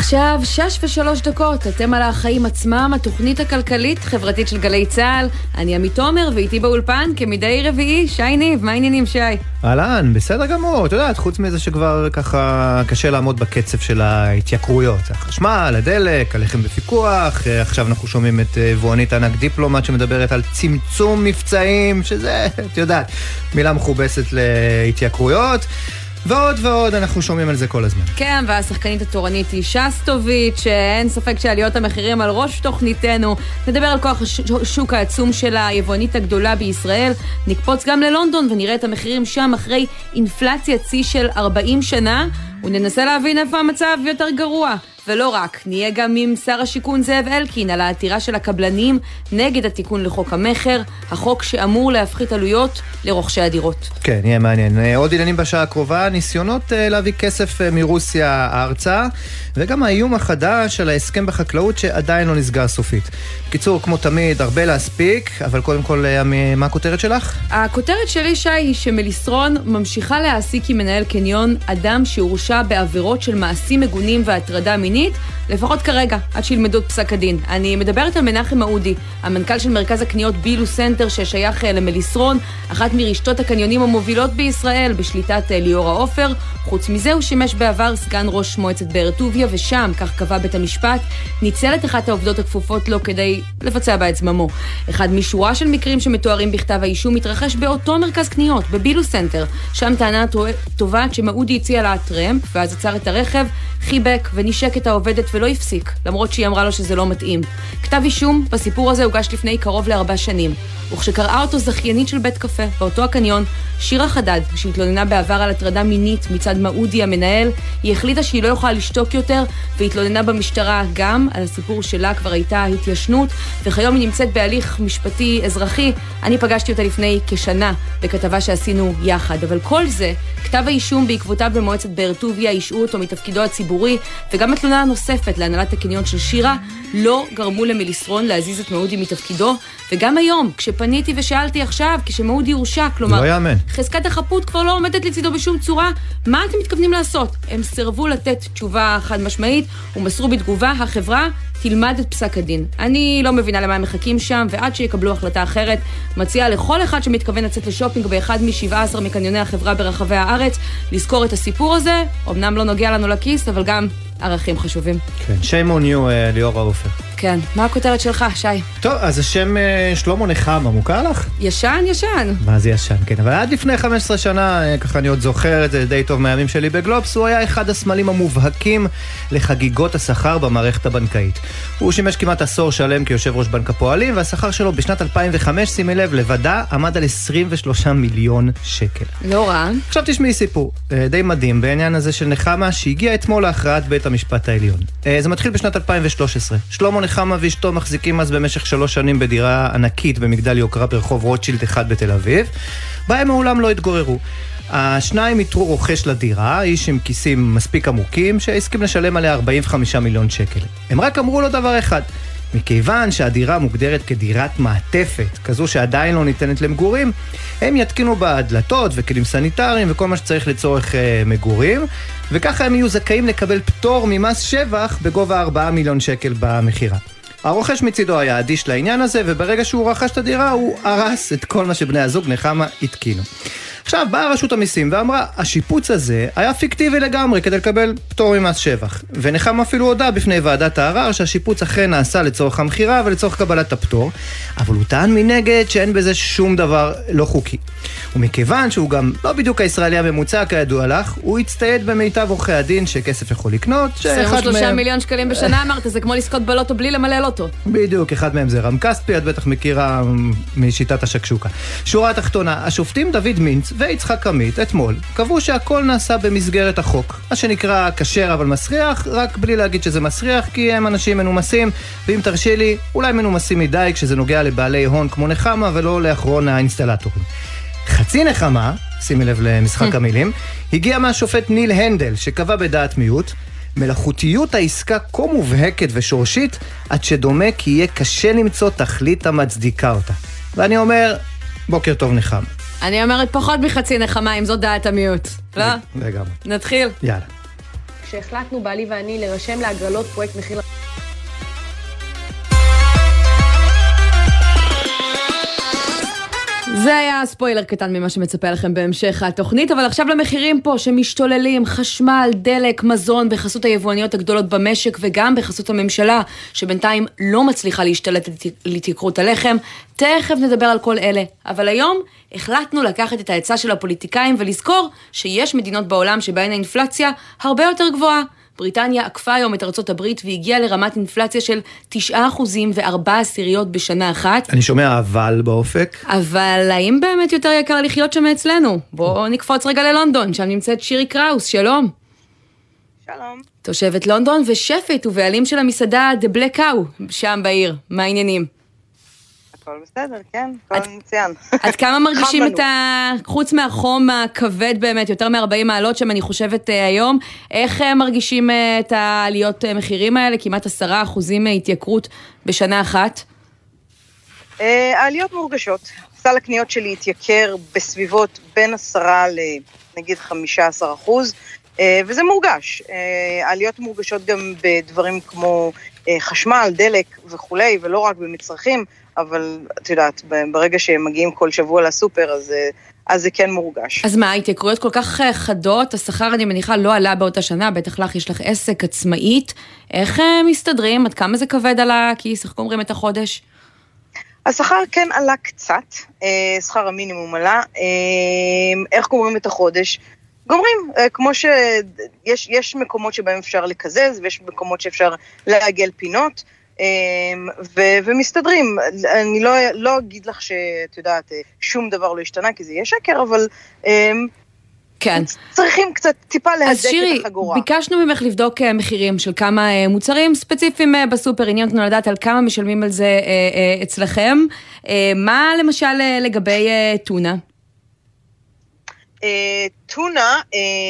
עכשיו 6:03, אתם על החיים עצמם, התוכנית הכלכלית חברתית של גלי צהל. אני עמית תומר ואיתי באולפן כמדי רביעי שי ניב. מה העניינים שי? אהלן, בסדר גמור, אתה יודעת, חוץ מזה שכבר ככה קשה לעמוד בקצב של ההתייקרויות, החשמל, הדלק, הלחם בפיקוח. עכשיו אנחנו שומעים את בואנית ענק דיפלומט שמדברת על צמצום מבצעים, שזה, את יודעת, מילה מכובסת להתייקרויות. ועוד ועוד, אנחנו שומעים על זה כל הזמן. כן, והשחקנית התורנית היא שסטוביץ', שאין ספק שעליות המחירים על ראש תוכניתנו. נדבר על כוח השוק העצום של היבואנית הגדולה בישראל. נקפוץ גם ללונדון ונראה את המחירים שם אחרי אינפלציה צי של 40 שנה, וננסה להבין איפה המצב יותר גרוע. ולא רק, נהיה גם עם שר השיכון זאב אלקין על העתירה של הקבלנים נגד התיקון לחוק המחר, החוק שאמור להפחית עלויות לרוכשי הדירות. כן, יהיה מעניין. עוד עניינים בשעה הקרובה, ניסיונות להביא כסף מרוסיה ארצה, וגם האיום החדש של ההסכם בחקלאות שעדיין לא נסגר סופית. בקיצור, כמו תמיד, הרבה להספיק, אבל קודם כל, מה הכותרת שלך? הכותרת שלי, שי, היא שמליסרון ממשיכה להעסיק עם מנהל קניון אדם שהורשע בעבירות של מעשים מגונים והטרדה מינית, לפחות כרגע, עד שילמדו את פסק הדין. אני מדברת על מנחם מעודי, המנכ"ל של מרכז הקניות בילו סנטר ששייך למליסרון, אחת מרשתות הקניונים המובילות בישראל, בשליטת ליאור העופר. חוץ מזה הוא שימש בעבר סגן ראש מועצת באר טוביה, ושם, כך קבע בית המשפט, ניצל את אחת העובדות הכפופות לו כדי לבצע בה את זממו. אחד משורה של מקרים שמתוארים בכתב האישום מתרחש באותו מרכז קניות, בבילו סנטר. שם טענה תובעת שמעודי הציע לה טרמפ, ואז עצר את הרכב, חיבק ונשק את העובדת ולא הפסיק, למרות שהיא אמרה לו שזה לא מתאים. כתב אישום בסיפור הזה הוגש לפני קרוב ל4 שנים, וכשקראה אותו זכיינית של בית קפה באותו הקניון, שירה חדד, שהתלוננה בעבר על הטרדה מינית מצד מעודי המנהל, היא החליטה שהיא לא יכולה לשתוק יותר, והתלוננה במשטרה גם. על הסיפור שלה כבר הייתה התיישנות, וכיום היא נמצאת בהליך משפטי אזרחי. אני פגשתי אותה לפני כשנה בכתבה שעשינו יחד, אבל כל זה, כתב האישום בעקבותיו במועצת באר טוביה, אישרו אותו מתפקידו הציבורי, וגם התלונה הנוספת להנהלת הקניון של שירה לא גרמו למליסרון להזיז את מעודי מתפקידו. וגם היום, כשפניתי ושאלתי עכשיו, כשמעודי הורשע, כלומר, חזקת החפות כבר לא עומדת לצידו בשום צורה, מה אתם מתכוונים לעשות? הם סירבו לתת תשובה חד משמעית, ומסרו בתגובה, החברה תלמד את פסק הדין. אני לא מבינה למה הם מחכים שם, ועד שיקבלו החלטה אחרת, מציעה לכל אחד שמתכוון לצאת לשופינג באחד מ17 מקניוני החברה ברחבי הארץ, לזכור את הסיפור הזה. אמנם לא נוגע לנו לכיס, אבל גם ערכים חשובים. כן, shame on you, ליאור העופר. כן, מה הכותרת שלך, שי? טוב, אז השם שלמה נחמה, מוכר לך? ישן, ישן. מה זה ישן, כן. אבל עד לפני 15 שנה, ככה אני עוד זוכר את זה די טוב מהימים שלי בגלובס, הוא היה אחד הסמלים המובהקים לחגיגות השכר במערכת הבנקאית. הוא שימש כמעט עשור שלם כיושב ראש בנק הפועלים, והשכר שלו בשנת 2005, שימי לב, לבדה, עמד על 23 מיליון שקל. לא רע. עכשיו תשמעי סיפור די מדהים בעניין הזה של נחמה, שהגיע אתמול להכרעת בית המשפט העליון. זה מתחיל בשנת 2013. שלמה נחמה ואשתו מחזיקים אז במשך 3 שנים בדירה ענקית במגדל יוקרה ברחוב רוטשילד 1 בתל אביב, בהם מעולם לא התגוררו. השניים יתרו רוכש לדירה, איש עם כיסים מספיק עמוקים, שהסכים לשלם עליה 45 מיליון שקל. הם רק אמרו לו דבר אחד, מכיוון שהדירה מוגדרת כדירת מעטפת, כזו שעדיין לא ניתנת למגורים, הם יתקינו בה דלתות וכלים סניטריים וכל מה שצריך לצורך מגורים, וככה הם יהיו זכאים לקבל פטור ממס שבח בגובה 4 מיליון שקל במחירה. הרוכש מצידו היה אדיש לעניין הזה, וברגע שהוא רכש את הדירה הוא הרס את כל מה שבני הזוג נחמה התקינו. עכשיו באה רשות המיסים ואמרה, השיפוץ הזה היה פיקטיבי לגמרי כדי לקבל פטור ממס שבח. ונחמה אפילו הודע בפני ועדת הערר שהשיפוץ אכן נעשה לצורך המחירה ולצורך קבלת הפטור, אבל הוא טען מנגד שאין בזה שום דבר לא חוקי. ומכיוון שהוא גם לא בדיוק הישראלי הממוצע כידוע לך, הוא הצטייד במיטב עורכי הדין שכסף יכול לקנות. 23 מיליון שקלים בשנה אמרת, זה כמו לזכות בלוטו בלי למלא לוטו. בדיוק, אחד מהם זה רם כספי, את בטח מכירה משיטת השקשוקה. שורה התחתונה, השופטים דוד מינץ ויצחק עמית אתמול קבעו שהכל נעשה במסגרת החוק, מה שנקרא כשר אבל מסריח, רק בלי להגיד שזה מסריח, כי הם אנשים מנומסים, ואם תרשי לי, אולי מנומסים מדי כשזה נוגע לבעלי הון כמו נחמה ולא לאחרון האינסטלטורים. חצי נחמה, שימי לב למשחק המילים, הגיע מהשופט ניל הנדל שקבע בדעת מיעוט, מלאכותיות העסקה כה מובהקת ושורשית עד שדומה כי יהיה קשה למצוא תכלית המצדיקה אותה. ואני אומר, בוקר טוב נחמה. אני אומרת פחות מחצי נחמה אם זאת דעת המיעוט. לא? לגמרי. נתחיל. יאללה. כשהחלטנו בעלי ואני להירשם להגרלות פרויקט מחיר. זה היה ספוילר קטן ממה שמצפה לכם בהמשך התוכנית, אבל עכשיו למחירים פה שמשתוללים, חשמל, דלק, מזון, בחסות היבואניות הגדולות במשק וגם בחסות הממשלה, שבינתיים לא מצליחה להשתלט להתייקרות הלחם. תכף נדבר על כל אלה, אבל היום החלטנו לקחת את העצה של הפוליטיקאים ולזכור שיש מדינות בעולם שבהן האינפלציה הרבה יותר גבוהה. בריטניה עקפה היום את ארצות הברית והגיעה לרמת אינפלציה של 9.4% בשנה אחת. אני שומע אבל באופק. אבל האם באמת יותר יקר לחיות שם אצלנו? בואו נקפוץ רגע ללונדון, שם נמצאת שירי קראוס, שלום. שלום. תושבת לונדון ושפית ובעלים של המסעדה The Black Cow, שם בעיר. מה העניינים? הכל בסדר, כן, הכל מצוין. עד כמה מרגישים את חוץ מהחום הכבד באמת, יותר מ-40 מעלות שם אני חושבת היום, איך מרגישים את העליות מחירים האלה, כמעט 10% התייקרות בשנה אחת? העליות מורגשות. סל הקניות שלי התייקר בסביבות בין 10 לנגיד 15%, וזה מורגש. העליות מורגשות גם בדברים כמו חשמל, דלק וכולי, ולא רק במצרכים, אבל את יודעת, ברגע שהם מגיעים כל שבוע לסופר, אז זה כן מורגש. אז מה, ההתייקרויות כל כך חדות, השכר אני מניחה לא עלה באותה שנה, בטח לך יש לך עסק עצמאית, איך מסתדרים, עד כמה זה כבד על הכיס, איך גומרים את החודש? השכר כן עלה קצת, שכר המינימום עלה, איך גומרים את החודש? גומרים, כמו שיש מקומות שבהם אפשר לקזז, ויש מקומות שאפשר לעגל פינות, ומסתדרים. אני לא אגיד לך שאת יודעת, שום דבר לא השתנה, כי זה יהיה שקר, אבל כן. צריכים קצת טיפה להדק את החגורה. שירי, ביקשנו ממך לבדוק מחירים של כמה מוצרים ספציפיים בסופר, עניין אותנו לדעת על כמה משלמים על זה אצלכם. מה למשל לגבי טונה? טונה,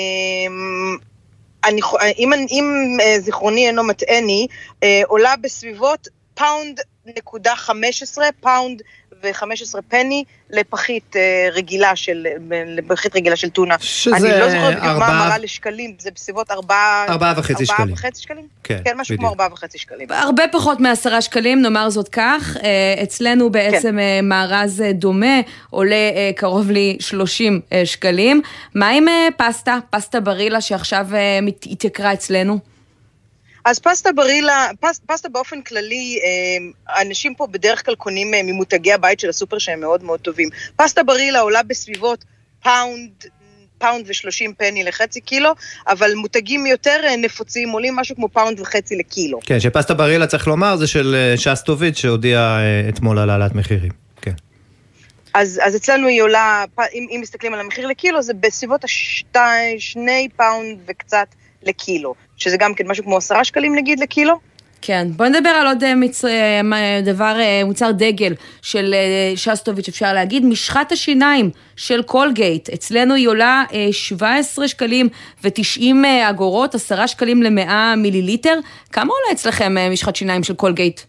אם זיכרוני אינו מטעני, עולה בסביבות £1.15, £1.15 לפחית רגילה של טונה. אני לא זוכרת בדיוק מה אמרה לשקלים, זה בסביבות 4.5 שקלים. כן, משהו כמו 4.5 שקלים. הרבה פחות מ10 שקלים, נאמר זאת כך. אצלנו בעצם מארז דומה, עולה קרוב לי 30 שקלים. מה עם פסטה ברילה שעכשיו התייקרה אצלנו? אז פסטה באופן כללי, אנשים פה בדרך כלל קונים ממותגי הבית של הסופר שהם מאוד מאוד טובים. פסטה ברילה עולה בסביבות £1.30 לחצי קילו, אבל מותגים יותר נפוצים עולים משהו כמו £1.50 לקילו. כן, שפסטה ברילה צריך לומר זה של שסטוביץ' שהודיע אתמול על העלאת מחירים. כן. אז אצלנו היא עולה, אם מסתכלים על המחיר לקילו, זה בסביבות 2 פאונד וקצת לקילו, שזה גם כן משהו כמו 10 שקלים נגיד לקילו. כן, בוא נדבר על עוד מוצר דגל של שסטוביץ' אפשר להגיד, משחת השיניים של קולגייט, אצלנו היא עולה 17 שקלים ו90 אגורות, 10 שקלים ל100 מיליליטר, כמה עולה אצלכם משחת שיניים של קולגייט?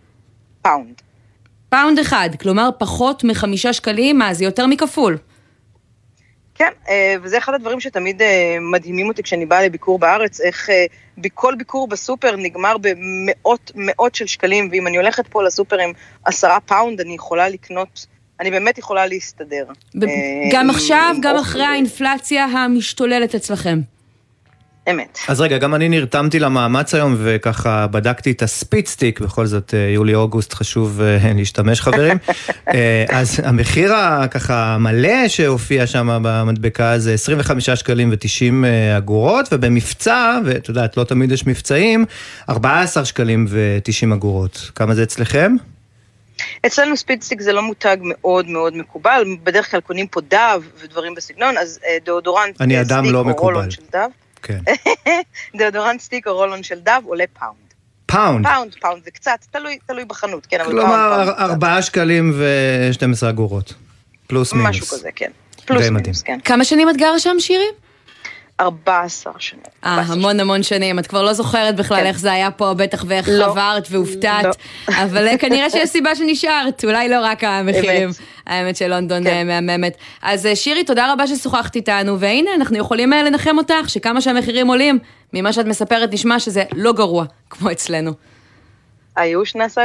פאונד אחד, כלומר פחות מ5 שקלים, מה זה יותר מכפול? כן, וזה אחד הדברים שתמיד מדהימים אותי כשאני באה לביקור בארץ, איך בכל ביקור בסופר נגמר במאות של שקלים, ואם אני הולכת פה לסופר עם 10 פאונד, אני יכולה לקנות, אני באמת יכולה להסתדר. גם עכשיו, גם אחרי האינפלציה המשתוללת אצלכם. אמת. אז רגע, גם אני נרתמתי למאמץ היום, וככה בדקתי את הספידסטיק, בכל זאת יולי-אוגוסט חשוב להשתמש חברים. אז המחיר ככה מלא שהופיע שם במדבקה זה 25 שקלים ו90 אגורות, ובמבצע, ואת יודעת, לא תמיד יש מבצעים, 14 שקלים ו90 אגורות. כמה זה אצלכם? אצלנו ספידסטיק זה לא מותג מאוד מאוד מקובל, בדרך כלל קונים פה דב ודברים בסגנון, אז דאודורנט אני אדם לא מקובל. כן. דאודורנט סטיק או רולון של דב עולה פאונד. פאונד זה קצת, תלוי בחנות, כן. כלומר, 4 שקלים ו12 אגורות. פלוס מינוס. משהו כזה, כן. פלוס מינוס, כן. כמה שנים את גרה שם, שירי? 14 שנים. המון שנים. את כבר לא זוכרת בכלל איך זה היה פה, בטח ואיך חברת והופתעת, אבל כנראה שיש סיבה שנשארת, אולי לא רק המחירים. האמת שלונדון מהממת. אז שירי, תודה רבה ששוחחת איתנו, והנה אנחנו יכולים לנחם אותך, שכמה שהמחירים עולים, ממה שאת מספרת נשמע שזה לא גרוע, כמו אצלנו. הייאוש נעשה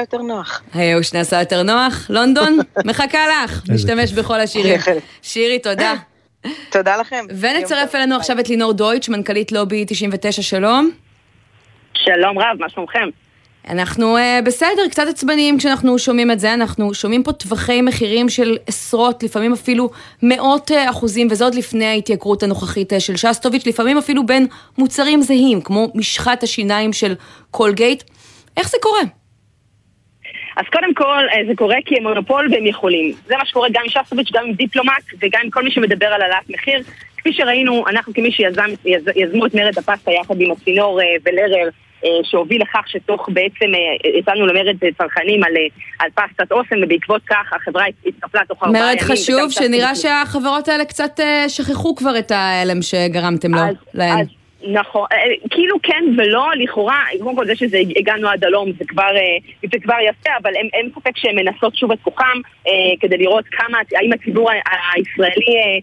יותר נוח. לונדון, מחכה לך, נשתמש בכל השירים. שירי, תודה. תודה לכם. ונצרף אלינו עכשיו את לינור דויטש, מנכ"לית לובי 99, שלום. שלום רב, מה שלומכם? אנחנו בסדר, קצת עצבניים כשאנחנו שומעים את זה, אנחנו שומעים פה טווחי מחירים של עשרות, לפעמים אפילו מאות אחוזים, וזה עוד לפני ההתייקרות הנוכחית של שסטוביץ', לפעמים אפילו בין מוצרים זהים, כמו משחת השיניים של קולגייט. איך זה קורה? אז קודם כל, זה קורה כי הם מונופול והם יכולים. זה מה שקורה גם עם שסטוביץ', גם עם דיפלומט, וגם עם כל מי שמדבר על העלאת מחיר. כפי שראינו, אנחנו כמי שיזמו את מרד הפסטה יחד עם הצינור ולרר, שהוביל לכך שתוך בעצם יצאנו למרד צרכנים על פסטת אוסם, ובעקבות כך החברה התקפלה תוך 4 ימים. מרד חשוב, שנראה שהחברות האלה קצת שכחו כבר את ההלם שגרמתם להן. נכון, כאילו כן ולא, לכאורה, קודם כל זה שזה הגענו עד הלום, זה כבר יפה, אבל הם ספק שהם מנסות שוב את כוחם, כדי לראות האם הציבור הישראלי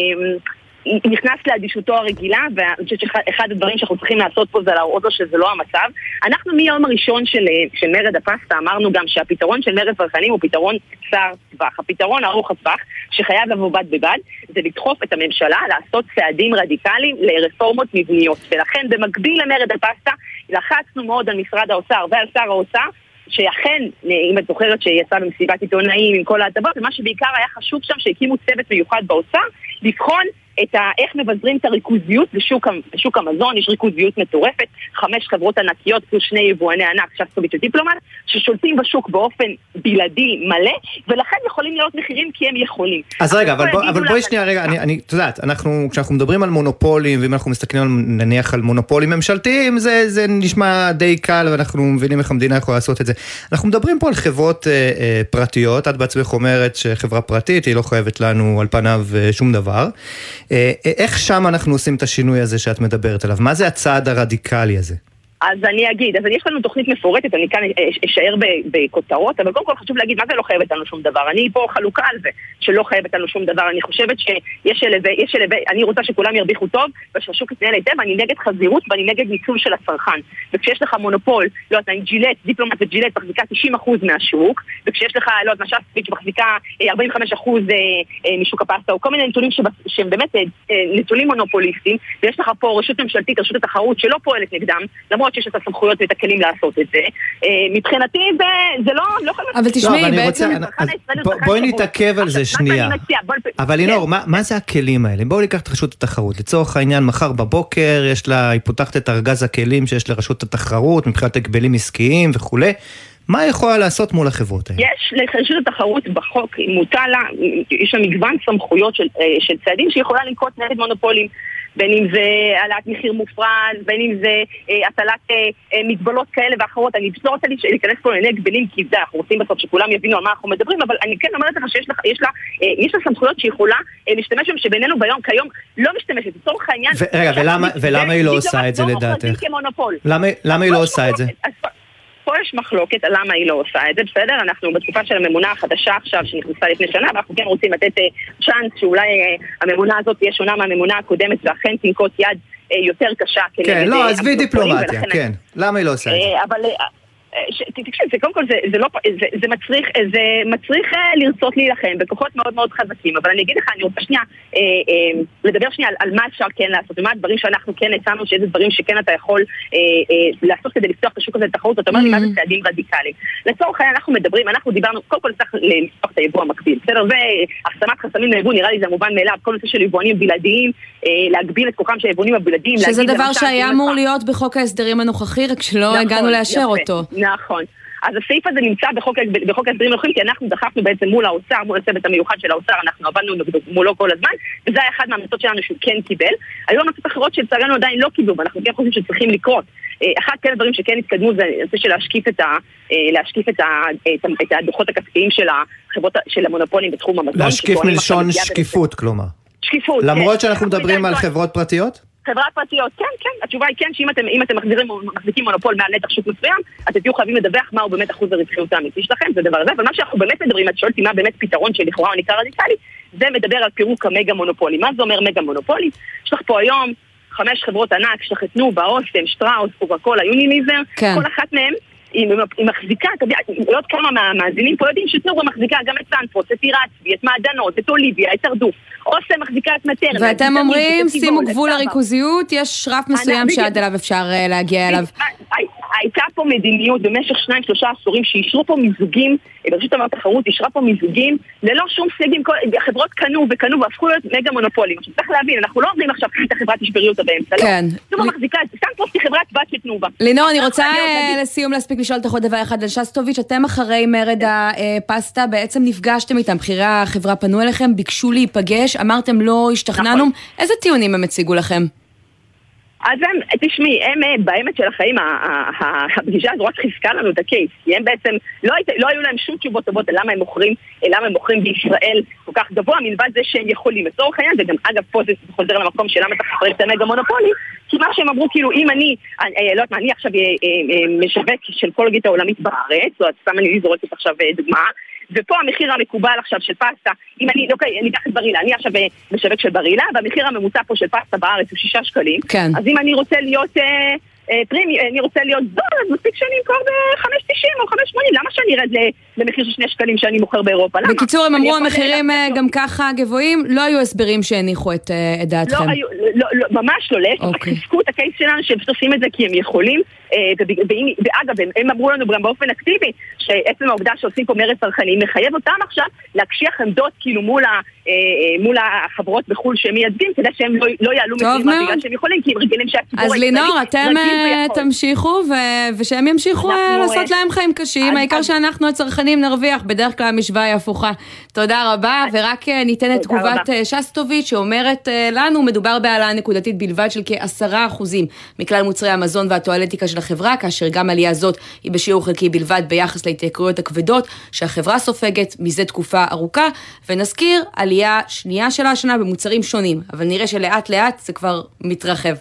נכנס לאדישותו הרגילה, ואני חושבת שאחד הדברים שאנחנו צריכים לעשות פה זה להראות לו שזה לא המצב. אנחנו מיום הראשון של מרד הפסטה אמרנו גם שהפתרון של מרד צרכנים הוא פתרון קצר טווח. הפתרון ארוך הטווח שחייב לבוא בד בבד זה לדחוף את הממשלה לעשות צעדים רדיקליים לרפורמות מבניות. ולכן במקביל למרד הפסטה לחצנו מאוד על משרד האוצר ועל שר האוצר, שאכן, אם את זוכרת שיצא במסיבת עיתונאים עם כל ההטבות, ומה שבעיקר היה חשוב שם שהקימו צוות מיוחד באוצר, לבחון איך מבזרים את הריכוזיות בשוק המזון. יש ריכוזיות מטורפת, 5 חברות ענקיות פלוס 2 יבואני ענק, שסטוביץ' ודיפלומט, ששולטים בשוק באופן בלעדי מלא, ולכן יכולים להיות מחירים כי הם יכולים. אז רגע, אבל בואי שנייה, רגע, את יודעת, כשאנחנו מדברים על מונופולים, ואם אנחנו מסתכלים נניח על מונופולים ממשלתיים, זה נשמע די קל, ואנחנו מבינים איך המדינה יכולה לעשות את זה. אנחנו מדברים פה על חברות פרטיות, את בעצמך אומרת שחברה פרטית, היא לא חייבת לנו על פניו שום דבר. איך שם אנחנו עושים את השינוי הזה שאת מדברת עליו? מה זה הצעד הרדיקלי הזה? אז אני אגיד, אז יש לנו תוכנית מפורטת, אני כאן אשאר בכותרות, אבל קודם כל חשוב להגיד מה זה לא חייבת לנו שום דבר. אני פה חלוקה על זה, שלא חייבת לנו שום דבר. אני חושבת אני רוצה שכולם ירוויחו טוב, ושהשוק יתנהל היטב, אני נגד חזירות ואני נגד ניצול של הצרכן. וכשיש לך מונופול, לא יודעת, ג'ילט, דיפלומט וג'ילט מחזיקה 90% מהשוק, וכשיש לך, לא יודעת, שסטוביץ' מחזיקה 45% משוק הפסטה, או כל מיני נתונים שהם באמת נתונים מונופוליסטיים, ויש לך פה רשות ממשלתית, רשות התחרות שלא פועלת נגדם, למרות שיש את הסמכויות ואת הכלים לעשות את זה. מבחינתי זה לא חייב... אבל תשמעי, בעצם... בואי נתעכב על זה שנייה. אבל לינור, מה זה הכלים האלה? בואו ניקח את רשות התחרות. לצורך העניין, מחר בבוקר היא פותחת את ארגז הכלים שיש לרשות התחרות, מבחינת הגבלים עסקיים וכו'. מה יכולה לעשות מול החברות האלה? יש לרשות התחרות בחוק, מוטל לה, יש לה מגוון סמכויות של צעדים שיכולה לנקוט נגד מונופולים. בין אם זה העלאת מחיר מופרז, בין אם זה הטלת מגבלות כאלה ואחרות. אני לא רוצה להיכנס פה לעיני גבלים, כי זה, אנחנו רוצים בסוף שכולם יבינו על מה אנחנו מדברים, אבל אני כן אומרת לך שיש לה סמכויות שיכולה להשתמש בהם, שבינינו כיום לא משתמשת. לצורך העניין... רגע, ולמה היא לא עושה את זה לדעתך? למה היא לא עושה את זה? פה יש מחלוקת על למה היא לא עושה את זה, בסדר? אנחנו בתקופה של הממונה החדשה עכשיו שנכנסה לפני שנה, ואנחנו כן רוצים לתת צ'אנס שאולי הממונה הזאת תהיה שונה מהממונה הקודמת, ואכן תנקוט יד יותר קשה. כן, לא, עזבי דיפלומטיה, כן. למה היא לא עושה את זה? אבל... תקשיב, זה קודם כל זה מצריך לרצות להילחם בכוחות מאוד מאוד חזקים, אבל אני אגיד לך, אני רוצה שנייה לדבר שנייה על מה אפשר כן לעשות, ומה הדברים שאנחנו כן הצענו, שאיזה דברים שכן אתה יכול לעשות כדי לפתוח את השוק הזה לתחרות. אתה אומר לי מה זה צעדים רדיקליים. לצורך העניין אנחנו דיברנו, קודם כל צריך לפתוח את היבוא המקביל, בסדר? והחסמת חסמים ליבוא, נראה לי זה מובן מאליו, כל נושא של יבואנים בלעדיים, להגביל את כוחם של יבואנים הבלעדיים, שזה דבר שהיה אמור להיות בחוק ההסדרים הנוכחי, רק שלא הגענו לאשר אותו. נכון. אז הסעיף הזה נמצא בחוק ההסדרים הנוכחי, כי אנחנו דחפנו בעצם מול האוצר, מול הצוות המיוחד של האוצר, אנחנו עבדנו מולו כל הזמן, וזה היה אחד מההמלצות שלנו שהוא כן קיבל. היו המלצות אחרות שלצערנו עדיין לא קיבלו, ואנחנו כן חושבים שצריכים לקרות. אחד כאלה דברים שכן התקדמו זה הנושא של להשקיף את הדוחות הכספיים של המונופולים בתחום המזון. להשקיף מלשון שקיפות, כלומר. שקיפות. למרות שאנחנו מדברים על חברות פרטיות? חברת פרטיות, כן, כן, התשובה היא כן, שאם אתם מחזיקים מונופול מעל נתח שוק מסוים, אתם תהיו חייבים לדווח מהו באמת אחוז הרווחיות האמיתי שלכם, זה דבר הזה, אבל מה שאנחנו באמת מדברים, את שואלת מה באמת פתרון שלכאורה הוא נקרא רדיקלי, זה מדבר על פירוק המגה מונופולי. מה זה אומר מגה מונופולי? יש לך פה היום 5 חברות ענק שחתנו באוסם, שטראוס, קוקה-קולה, יוניליבר, כל אחת מהן היא מחזיקה, אתה יודע, עוד כמה מהמאזינים פה יודעים שתנובה מחזיקה גם את סנפרוס, את טירצבי, את מעדנות, את אוליביה, את ארדוף, אוסם מחזיקה את מטרנה. ואתם אומרים, שימו גבול לריכוזיות, יש רף מסוים שעד אליו אפשר להגיע אליו. הייתה פה מדיניות במשך 2-3 עשורים שאישרו פה מיזוגים, ברשות התחרות אישרה פה מיזוגים ללא שום סייגים, החברות קנו וקנו והפכו להיות מגה מונופולים. עכשיו צריך להבין, אנחנו לא אומרים עכשיו את החברה תשברי אותה באמצע, כן. לא. תנובה מחזיקה, סנפרוס היא חברת בת של תנובה. לינור, אני רוצה לסיום להספיק לשאול אותך עוד דבר אחד על שסטוביץ', אתם אחרי מרד הפסטה בעצם נפגשתם איתם, בכירי החברה פנו אליכם, ביקשו להיפגש, אמרתם לא השתכננו, איזה טיעונים הם הציגו לכם? אז תשמעי, הם באמת של החיים, הפגישה הזו רק חיזקה לנו את הקייס, כי הם בעצם, לא היו להם שום תשובות טובות על למה הם מוכרים בישראל כל כך גבוה, מלבד זה שהם יכולים. לצורך העניין, וגם אגב פה זה חוזר למקום של למה אתה חפרק את המגה מונופולי, כי מה שהם אמרו, כאילו, אם אני עכשיו משווק של קולוגית העולמית בארץ, או סתם אני זורקת עכשיו דוגמה, ופה המחיר המקובל עכשיו של פסטה, אם אני אקח את ברילה, אני עכשיו משווק של ברילה, והמחיר הממוצע פה של פסטה בארץ הוא 6 שקלים, כן. אז אם אני רוצה להיות אני רוצה להיות זול, אז מספיק שאני אמכור ב-5.90 או 5.80, למה שאני ארד למחיר של 2 שקלים שאני מוכר באירופה? למה? בקיצור, הם אמרו המחירים גם ככה גבוהים, לא היו הסברים שהניחו את דעתכם. ממש לא, חיזקו את הקייס שלנו שהם עושים את זה כי הם יכולים, ואגב, הם אמרו לנו גם באופן אקטיבי, שעצם העובדה שעושים פה מרד צרכני, מחייב אותם עכשיו להקשיח עמדות כאילו מול החברות בחול שהם מייצגים, כדי שהם לא יעלו מחירים בגלל שהם יכולים, כי הם רגילים שהציבור אז לינור, אתם תמשיכו ושהם ימשיכו לעשות להם חיים קשים, העיקר שאנחנו הצרכנים נרוויח, בדרך כלל המשוואה היא הפוכה. תודה רבה, ורק ניתן את תגובת שסטוביץ' שאומרת לנו, מדובר בהעלאה נקודתית בלבד של כ10% מכלל מוצרי המזון והטואלטיקה של החברה, כאשר גם עלייה זאת היא בשיעור חלקי בלבד ביחס להתייקרויות הכבדות שהחברה סופגת מזה תקופה ארוכה, ונזכיר עלייה שנייה שלה השנה במוצרים שונים, אבל נראה שלאט לאט זה כבר מתרחב.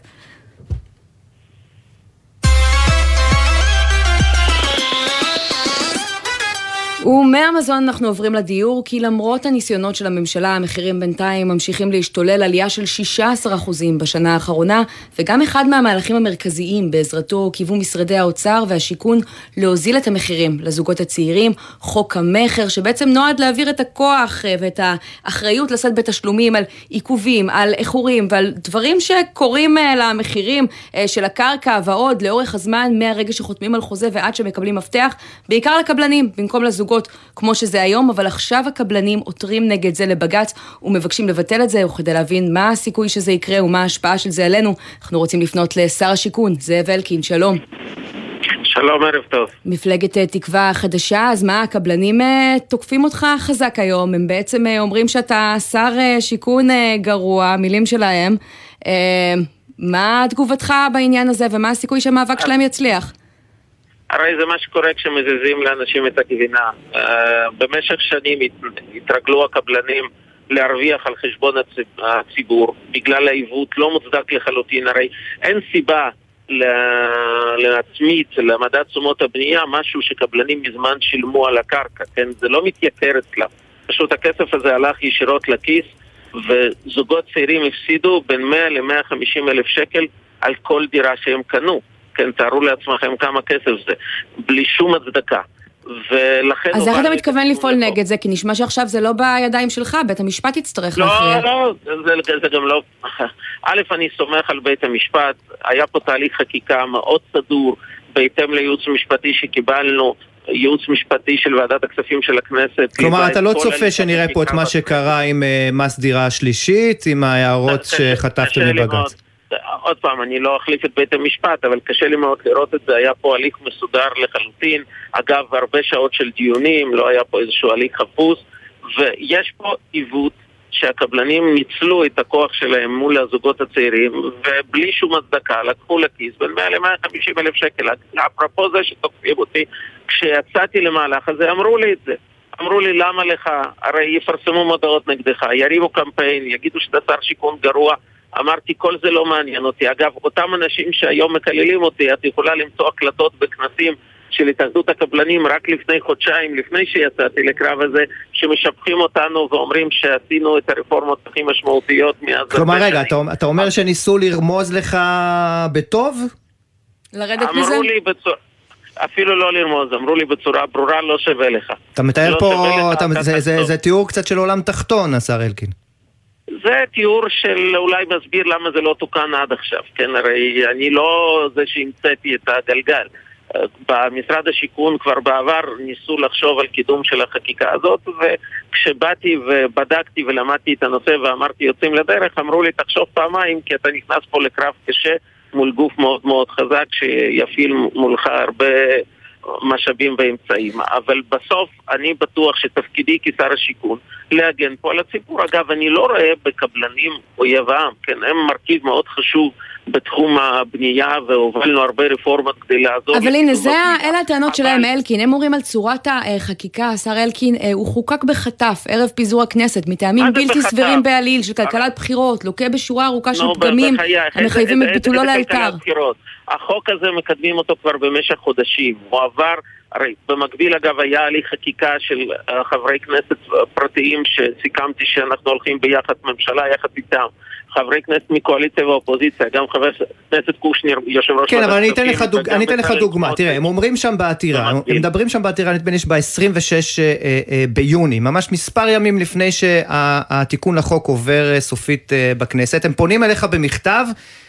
ומהמזון אנחנו עוברים לדיור, כי למרות הניסיונות של הממשלה, המחירים בינתיים ממשיכים להשתולל, עלייה של 16% בשנה האחרונה, וגם אחד מהמהלכים המרכזיים בעזרתו קיוו משרדי האוצר והשיכון להוזיל את המחירים לזוגות הצעירים, חוק המחר, שבעצם נועד להעביר את הכוח ואת האחריות לשאת בתשלומים על עיכובים, על איחורים ועל דברים שקורים למחירים של הקרקע ועוד לאורך הזמן, מהרגע שחותמים על חוזה ועד שמקבלים מפתח, בעיקר לקבלנים, במקום לזוגות כמו שזה היום, אבל עכשיו הקבלנים עותרים נגד זה לבג"ץ ומבקשים לבטל את זה, וכדי להבין מה הסיכוי שזה יקרה ומה ההשפעה של זה עלינו, אנחנו רוצים לפנות לשר השיכון, זאב אלקין, שלום. שלום, ערב טוב. מפלגת תקווה חדשה, אז מה, הקבלנים תוקפים אותך חזק היום, הם בעצם אומרים שאתה שר שיכון גרוע, מילים שלהם, מה תגובתך בעניין הזה ומה הסיכוי שהמאבק שלהם יצליח? הרי זה מה שקורה כשמזיזים לאנשים את הגבינה. במשך שנים התרגלו הקבלנים להרוויח על חשבון הציבור, בגלל העיוות לא מוצדק לחלוטין. הרי אין סיבה להצמיד למדד תשומות הבנייה משהו שקבלנים מזמן שילמו על הקרקע, כן? זה לא מתייקר אצלם. פשוט הכסף הזה הלך ישירות לכיס, וזוגות צעירים הפסידו בין 100 ל-150 אלף שקל על כל דירה שהם קנו. כן, תארו לעצמכם כמה כסף זה, בלי שום הצדקה. אז איך אתה מתכוון לפעול נגד זה? כי נשמע שעכשיו זה לא בידיים שלך, בית המשפט יצטרך להכריע. לא, זה גם לא... א', אני סומך על בית המשפט, היה פה תהליך חקיקה מאוד סדור, בהתאם לייעוץ משפטי שקיבלנו, ייעוץ משפטי של ועדת הכספים של הכנסת. כלומר, אתה לא צופה שנראה פה את מה שקרה עם מס דירה שלישית, עם ההערות שחטפתם מבג"ץ. עוד פעם, אני לא אחליף את בית המשפט, אבל קשה לי מאוד לראות את זה. היה פה הליך מסודר לחלוטין, אגב, הרבה שעות של דיונים, לא היה פה איזשהו הליך חפוש, ויש פה עיוות שהקבלנים ניצלו את הכוח שלהם מול הזוגות הצעירים, ובלי שום הצדקה לקחו לכיס בין 100 ל-150 אלף שקל. אפרופו זה שתוקפים אותי, כשיצאתי למהלך הזה, אמרו לי את זה. אמרו לי, למה לך? הרי יפרסמו מודעות נגדך, יריבו קמפיין, יגידו שאתה שר שיכון גרוע, אמרתי, כל זה לא מעניין אותי. אגב, אותם אנשים שהיום מקללים אותי, את יכולה למצוא הקלטות בכנסים של התאחדות הקבלנים רק לפני חודשיים, לפני שיצאתי לקרב הזה, שמשבחים אותנו ואומרים שעשינו את הרפורמות הכי משמעותיות מאז... כלומר, רגע, אתה אומר שניסו לרמוז לך בטוב? לרדת מזה? אמרו לי בצורה... אפילו לא לרמוז, אמרו לי בצורה ברורה, לא שווה לך. אתה מתאר פה, זה תיאור קצת של עולם תחתון, השר אלקין. זה תיאור של אולי מסביר למה זה לא תוקן עד עכשיו, כן? הרי אני לא זה שהמצאתי את הגלגל. במשרד השיכון כבר בעבר ניסו לחשוב על קידום של החקיקה הזאת, וכשבאתי ובדקתי ולמדתי את הנושא ואמרתי יוצאים לדרך, אמרו לי תחשוב פעמיים, כי אתה נכנס פה לקרב קשה מול גוף מאוד מאוד חזק שיפעיל מולך הרבה משאבים ואמצעים. אבל בסוף אני בטוח שתפקידי כשר השיכון להגן פה על הציבור. אגב, אני לא רואה בקבלנים אויב העם, כן? הם מרכיב מאוד חשוב בתחום הבנייה, והובלנו הרבה רפורמות כדי לעזור. אבל הנה, אלה הטענות שלהם, אלקין. הם אומרים על צורת החקיקה, השר אלקין, הוא חוקק בחטף, ערב פיזור הכנסת, מטעמים בלתי סבירים בעליל, של כלכלת בחירות, לוקה בשורה ארוכה של פגמים, המחייבים את ביטולו לאלתר. החוק הזה מקדמים אותו כבר במשך חודשים. הוא עבר, הרי במקביל אגב היה הליך חקיקה של חברי כנסת פרטיים שסיכמתי שאנחנו הולכים ביחד ממשלה, יחד איתם. חברי כנסת מקואליציה ואופוזיציה, גם חבר כנסת קושניר, יושב ראש... כן, אבל אני אתן לך דוגמה. תראה, הם אומרים שם בעתירה, הם מדברים שם בעתירה, נדמה לי ב-26 ביוני, ממש מספר ימים לפני שהתיקון לחוק עובר סופית בכנסת, הם פונים אליך במכתב,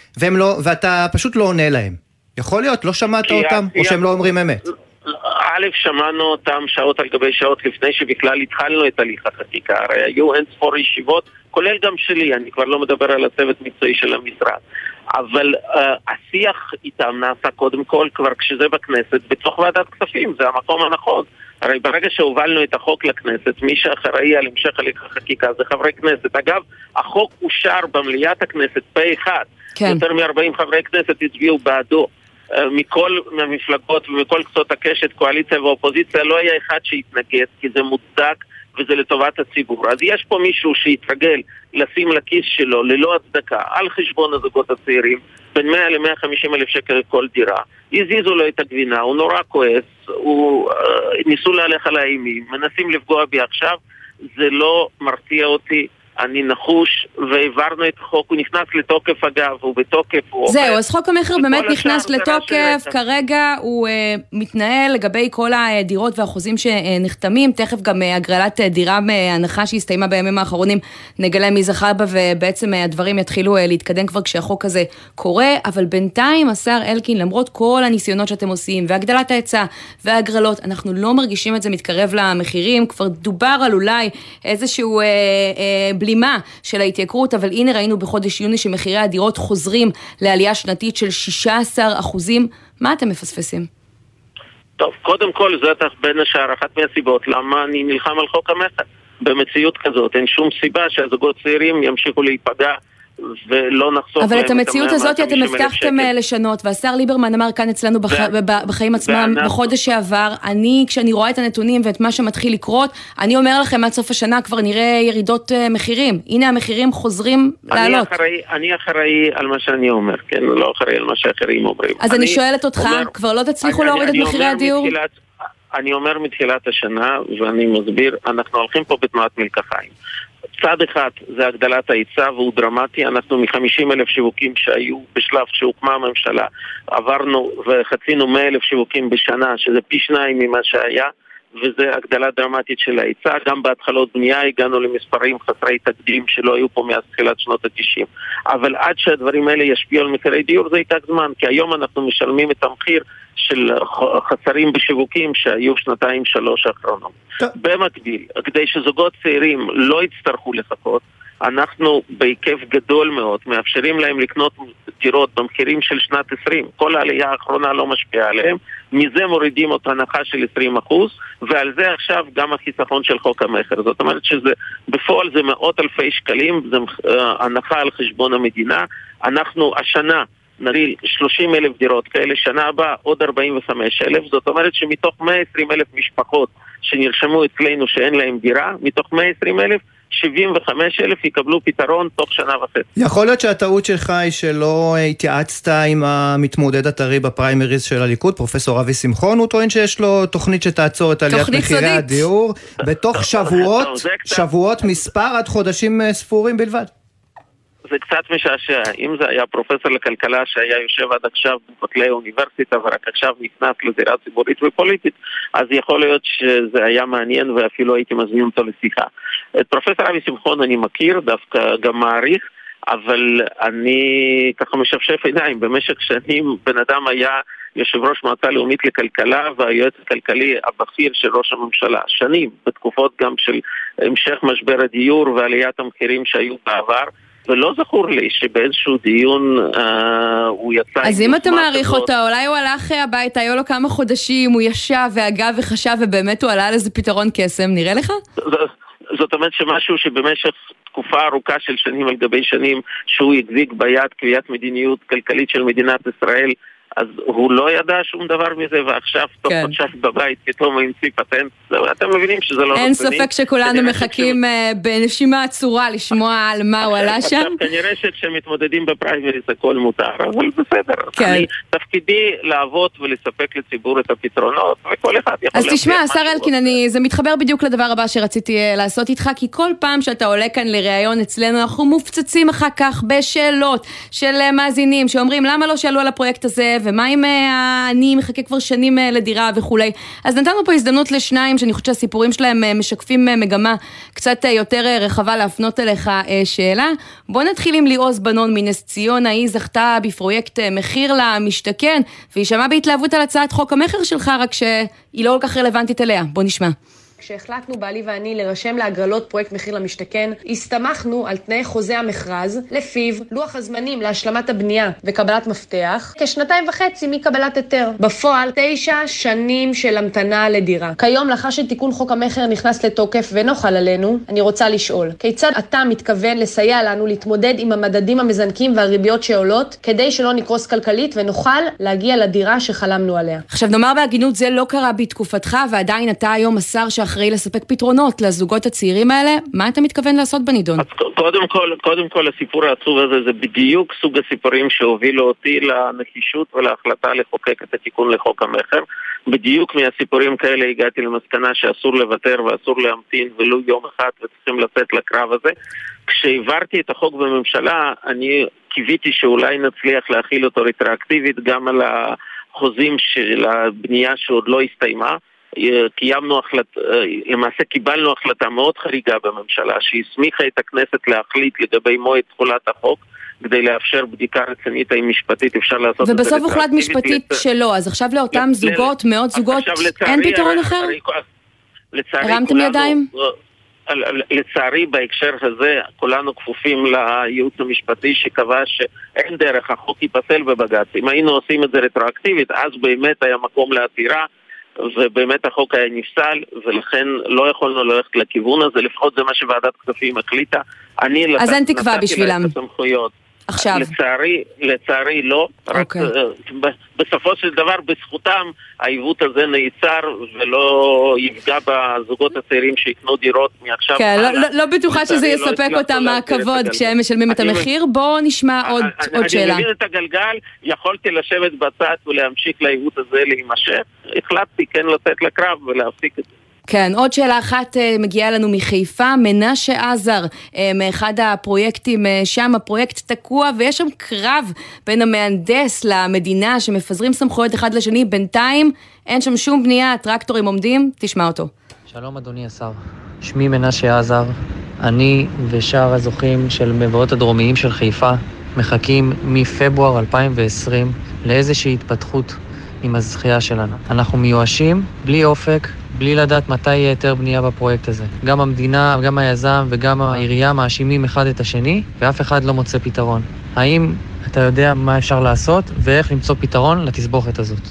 ואתה פשוט לא עונה להם. יכול להיות, לא שמעת אותם, או שהם לא אומרים אמת? א', שמענו אותם שעות על גבי שעות לפני שבכלל התחלנו את הליך החקיקה, הרי היו אין ספור ישיבות, כולל גם שלי, אני כבר לא מדבר על הצוות מקצועי של המשרד, אבל השיח איתם נעשה קודם כל כבר כשזה בכנסת, בתוך ועדת כספים, זה המקום הנכון. הרי ברגע שהובלנו את החוק לכנסת, מי שאחראי על המשך הליך החקיקה זה חברי כנסת. אגב, החוק אושר במליאת הכנסת פה אחד, כן. יותר מ-40 חברי כנסת הצביעו בעדו. מכל המפלגות ומכל קצות הקשת, קואליציה ואופוזיציה, לא היה אחד שהתנגד, כי זה מוצדק וזה לטובת הציבור. אז יש פה מישהו שהתרגל לשים לכיס שלו ללא הצדקה על חשבון הזוגות הצעירים בין 100 ל-150 אלף שקל כל דירה. הזיזו לו את הגבינה, הוא נורא כועס, ניסו להלך על האימים, מנסים לפגוע בי עכשיו, זה לא מרתיע אותי. אני נחוש, והעברנו את החוק, הוא נכנס לתוקף אגב, הוא בתוקף. זהו, אז חוק המחיר באמת נכנס לתוקף, כרגע הוא מתנהל לגבי כל הדירות והחוזים שנחתמים, תכף גם הגרלת דירה מהנחה שהסתיימה בימים האחרונים, נגלה מי זכה בה, ובעצם הדברים יתחילו להתקדם כבר כשהחוק הזה קורה, אבל בינתיים השר אלקין, למרות כל הניסיונות שאתם עושים, והגדלת ההיצע והגרלות, אנחנו לא מרגישים את זה מתקרב למחירים, כבר דובר על אולי איזשהו בלימה של ההתייקרות, אבל הנה ראינו בחודש יוני שמחירי הדירות חוזרים לעלייה שנתית של 16%. מה אתם מפספסים? טוב, קודם כל זאת בין השאר אחת מהסיבות למה אני נלחם על חוק המכר. במציאות כזאת אין שום סיבה שהזוגות צעירים ימשיכו להיפגע ולא נחסוך. אבל את המציאות הזאת אתם הבטחתם לשנות, והשר ליברמן אמר כאן אצלנו בחיים עצמם בחודש שעבר, כשאני רואה את הנתונים ואת מה שמתחיל לקרות, אני אומר לכם עד סוף השנה כבר נראה ירידות מחירים. הנה המחירים חוזרים לעלות. אני אחראי על מה שאני אומר, כן? לא אחראי על מה שאחרים אומרים. אז אני שואלת אותך, כבר לא תצליחו להוריד את מחירי הדיור? אני אומר מתחילת השנה, ואני מסביר, אנחנו הולכים פה בתנועת מלקחיים. צד אחד זה הגדלת ההיצע והוא דרמטי, אנחנו מ-50,000 שיווקים שהיו בשלב שהוקמה הממשלה, עברנו וחצינו 100,000 שיווקים בשנה, שזה פי 2 ממה שהיה, וזה הגדלה דרמטית של ההיצע. גם בהתחלות בנייה הגענו למספרים חסרי תקדים שלא היו פה מאז תחילת שנות ה-90. אבל עד שהדברים האלה ישפיעו על מחירי דיור זה ייקח זמן, כי היום אנחנו משלמים את המחיר של חסרים בשיווקים שהיו 2-3 האחרונות. במקביל, כדי שזוגות צעירים לא יצטרכו לחכות, אנחנו בהיקף גדול מאוד מאפשרים להם לקנות דירות במחירים של שנת 20. כל העלייה האחרונה לא משפיעה עליהם, מזה מורידים את הנחה של 20%, ועל זה עכשיו גם החיסכון של חוק המחר. זאת אומרת שבפועל זה מאות אלפי שקלים, זה הנחה על חשבון המדינה. אנחנו השנה נריל 30,000 דירות כאלה, שנה הבאה עוד 45,000, זאת אומרת שמתוך 120,000 משפחות שנרשמו אצלנו שאין להם דירה, מתוך 120,000 75,000 יקבלו פתרון תוך שנה וחצי. יכול להיות שהטעות שלך היא שלא התייעצת עם המתמודד הטרי בפריימריז של הליכוד, פרופסור אבי שמחון, הוא טוען שיש לו תוכנית שתעצור את עליית מחירי הדיור, בתוך שבועות מספר עד חודשים ספורים בלבד. זה קצת משעשע. אם זה היה פרופסור לכלכלה שהיה יושב עד עכשיו בכותלי האוניברסיטה ורק עכשיו נכנס לזירה ציבורית ופוליטית, אז יכול להיות שזה היה מעניין ואפילו הייתי מזמין אותו לשיחה. את פרופסור אבי שמחון אני מכיר, דווקא גם מעריך, אבל אני ככה משפשף עיניים. במשך שנים בן אדם היה יושב ראש מועצה לאומית לכלכלה והיועץ הכלכלי הבכיר של ראש הממשלה. שנים, בתקופות גם של המשך משבר הדיור ועליית המחירים שהיו בעבר, ולא זכור לי שבאיזשהו דיון הוא יצא... אז אם אתה מעריך אותה, אולי הוא הלך הביתה, היו לו כמה חודשים, הוא ישב והגע וחשב ובאמת הוא עלה על איזה פתרון קסם, נראה לך? זאת אומרת שמשהו שבמשך תקופה ארוכה של שנים על גבי שנים, שהוא יגזיק ביד קביעת מדיניות כלכלית של מדינת ישראל, אז הוא לא ידע שום דבר מזה, ועכשיו תוך חודשיים בבית פתאום המציא פטנט. אתם מבינים שזה לא... אין ספק שכולנו מחכים בנשימה עצורה לשמוע על מה הוא עלה שם. כנראה שכשמתמודדים בפריימריז הכל מותר, אבל בסדר. תפקידי לעבוד ולספק לציבור את הפתרונות, וכל אחד יכול... אז תשמע, השר אלקין, זה מתחבר בדיוק לדבר הבא שרציתי לעשות איתך, כי כל פעם שאתה עולה כאן לראיון אצלנו, אנחנו מופצצים אחר כך בשאלות של מאזינים, שאומרים למה לא שאלו על הפרויקט הזה, ומה אם אני מחכה כבר שנים לדירה וכולי. אז נתנו פה הזדמנות לשניים, שאני חושבת שהסיפורים שלהם משקפים מגמה קצת יותר רחבה להפנות אליך שאלה. בוא נתחיל עם ליאוז בנון מנס ציונה, היא זכתה בפרויקט מחיר למשתכן, והיא שמעה בהתלהבות על הצעת חוק המחיר שלך, רק שהיא לא כל כך רלוונטית אליה. בוא נשמע. כשהחלטנו בעלי ואני לרשם להגרלות פרויקט מחיר למשתכן, הסתמכנו על תנאי חוזה המכרז, לפיו לוח הזמנים להשלמת הבנייה וקבלת מפתח, כ2.5 מקבלת היתר. בפועל 9 שנים של המתנה לדירה. כיום, לאחר שתיקון חוק המחיר נכנס לתוקף ונוחל עלינו, אני רוצה לשאול, כיצד אתה מתכוון לסייע לנו להתמודד עם המדדים המזנקים והריביות שעולות, כדי שלא נקרוס כלכלית ונוכל להגיע לדירה שחלמנו עליה? עכשיו נאמר בהגינות, זה לא קרה בתקופתך, ועדיין אתה היום השר אחראי לספק פתרונות לזוגות הצעירים האלה. מה אתה מתכוון לעשות בנידון? אז קודם כל הסיפור העצוב הזה זה בדיוק סוג הסיפורים שהובילו אותי לנחישות ולהחלטה לחוקק את התיקון לחוק המחר. בדיוק מהסיפורים כאלה הגעתי למסקנה שאסור לוותר ואסור להמתין ולו יום אחד וצריכים לצאת לקרב הזה. כשהעברתי את החוק בממשלה, אני קיוויתי שאולי נצליח להכיל אותו רטרואקטיבית גם על החוזים של הבנייה שעוד לא הסתיימה. למעשה קיבלנו החלטה מאוד חריגה בממשלה שהסמיכה את הכנסת להחליט לגבי מועד תחולת החוק כדי לאפשר בדיקה רצינית האם משפטית אפשר לעשות את זה. ובסוף הוחלט משפטית שלא, אז עכשיו לאותם זוגות, מאות זוגות, אין פתרון אחר? הרמתם ידיים? לצערי בהקשר הזה כולנו כפופים לייעוץ המשפטי שקבע שאין דרך, החוק ייפסל בבג"ץ. אם היינו עושים את זה רטרואקטיבית, אז באמת היה מקום לעתירה ובאמת החוק היה נפסל, ולכן לא יכולנו ללכת לכיוון הזה, לפחות זה מה שוועדת כספים החליטה. אז אין תקווה בשבילם. עכשיו. לצערי לא. רק בסופו של דבר בזכותם העיוות הזה נעצר ולא יפגע בזוגות הצעירים שיקנו דירות מעכשיו. כן, לא בטוחה שזה יספק אותם מהכבוד כשהם משלמים את המחיר. בואו נשמע עוד שאלה. אני מבין את הגלגל, יכולתי לשבת בצד ולהמשיך לעיוות הזה להימשך. החלטתי כן לצאת לקרב ולהפסיק את זה. כן, עוד שאלה אחת מגיעה לנו מחיפה, מנשה עזר, מאחד הפרויקטים שם, הפרויקט תקוע ויש שם קרב בין המהנדס למדינה שמפזרים סמכויות אחד לשני, בינתיים אין שם שום בנייה, טרקטורים עומדים, תשמע אותו. שלום אדוני השר, שמי מנשה עזר, אני ושאר הזוכים של מבואות הדרומיים של חיפה מחכים מפברואר 2020 לאיזושהי התפתחות עם הזכייה שלנו. אנחנו מיואשים, בלי אופק, בלי לדעת מתי יהיה יותר בנייה בפרויקט הזה. גם המדינה, גם היזם וגם העירייה מאשימים אחד את השני, ואף אחד לא מוצא פתרון. האם אתה יודע מה אפשר לעשות ואיך למצוא פתרון לתסבוכת הזאת?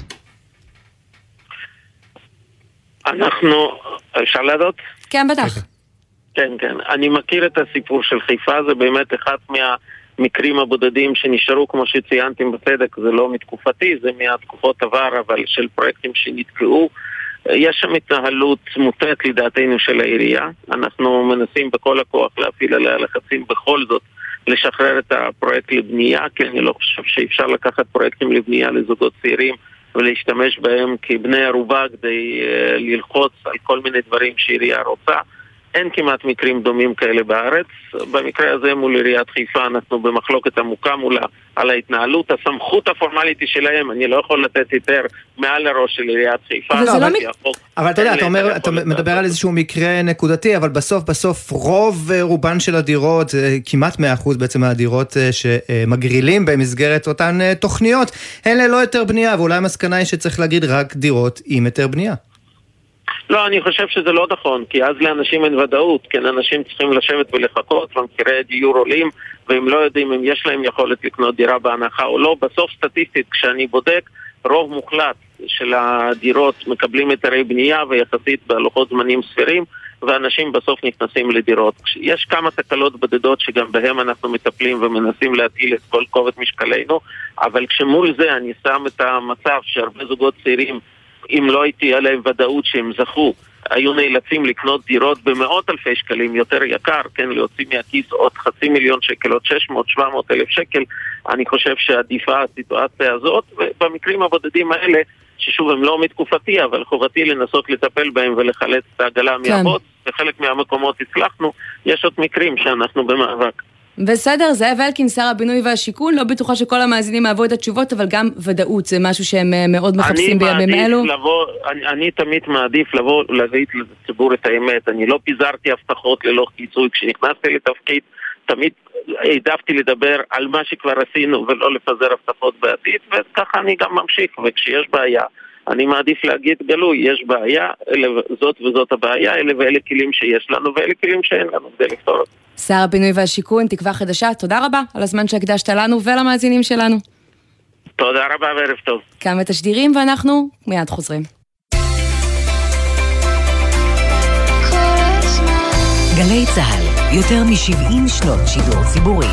אפשר לדעת? כן, בטח. כן. אני מכיר את הסיפור של חיפה, זה באמת אחד מקרים הבודדים שנשארו, כמו שציינתם בצדק, זה לא מתקופתי, זה מהתקופות עבר, אבל של פרויקטים שנתקעו. יש שם התנהלות מוטעת לדעתנו של העירייה. אנחנו מנסים בכל הכוח להפעיל עליה לחצים בכל זאת לשחרר את הפרויקט לבנייה, כי אני לא חושב שאפשר לקחת פרויקטים לבנייה לזוגות צעירים ולהשתמש בהם כבני ערובה כדי ללחוץ על כל מיני דברים שהעירייה רוצה. אין כמעט מקרים דומים כאלה בארץ. במקרה הזה מול עיריית חיפה אנחנו במחלוקת עמוקה מולה על ההתנהלות. הסמכות הפורמלית היא שלהם, אני לא יכול לתת יותר מעל הראש של עיריית חיפה. אבל אתה יודע, אתה מדבר על איזשהו מקרה נקודתי, אבל בסוף רוב רובן של הדירות, כמעט 100% בעצם מהדירות שמגרילים במסגרת אותן תוכניות, הן ללא יותר בנייה, ואולי המסקנה היא שצריך להגיד רק דירות עם יותר בנייה. לא, אני חושב שזה לא נכון, כי אז לאנשים אין ודאות, כן, אנשים צריכים לשבת ולחכות, ומחירי דיור עולים, והם לא יודעים אם יש להם יכולת לקנות דירה בהנחה או לא. בסוף סטטיסטית, כשאני בודק, רוב מוחלט של הדירות מקבלים היתרי בנייה, ויחסית בלוחות זמנים סבירים, ואנשים בסוף נכנסים לדירות. יש כמה תקלות בודדות שגם בהם אנחנו מטפלים ומנסים להטיל את כל כובד משקלנו, אבל כשמול זה אני שם את המצב שהרבה זוגות צעירים, אם לא הייתי עליהם ודאות שהם זכו, היו נאלצים לקנות דירות במאות אלפי שקלים יותר יקר, כן, להוציא מהכיס עוד 500,000 שקל, עוד 600,000-700,000 שקל. אני חושב שעדיפה הסיטואציה הזאת, ובמקרים הבודדים האלה, ששוב הם לא מתקופתי, אבל חובתי לנסות לטפל בהם ולחלץ את העגלה מהבוץ, וחלק מהמקומות הצלחנו. יש עוד מקרים שאנחנו במאבק. בסדר, זאב אלקין, שר הבינוי והשיכון, לא בטוחה שכל המאזינים אהבו את התשובות, אבל גם ודאות, זה משהו שהם מאוד מחפשים בימים אלו. אני תמיד מעדיף לבוא להגיד לציבור את האמת. אני לא פיזרתי הבטחות ללא קיצוי. כשנכנסתי לתפקיד, תמיד העדפתי לדבר על מה שכבר עשינו, ולא לפזר הבטחות בעתיד, וככה אני גם ממשיך. וכשיש בעיה, אני מעדיף להגיד גלוי, יש בעיה, זאת וזאת הבעיה, אלה ואלה כלים שיש לנו, ואלה כלים שאין לנו כדי לפתור אותם. שר הבינוי והשיכון, תקווה חדשה, תודה רבה על הזמן שהקדשת לנו ולמאזינים שלנו. תודה רבה וערב טוב. כמה תשדירים ואנחנו מיד חוזרים. גלי צהל, יותר מ-70 שנות שידור ציבורי.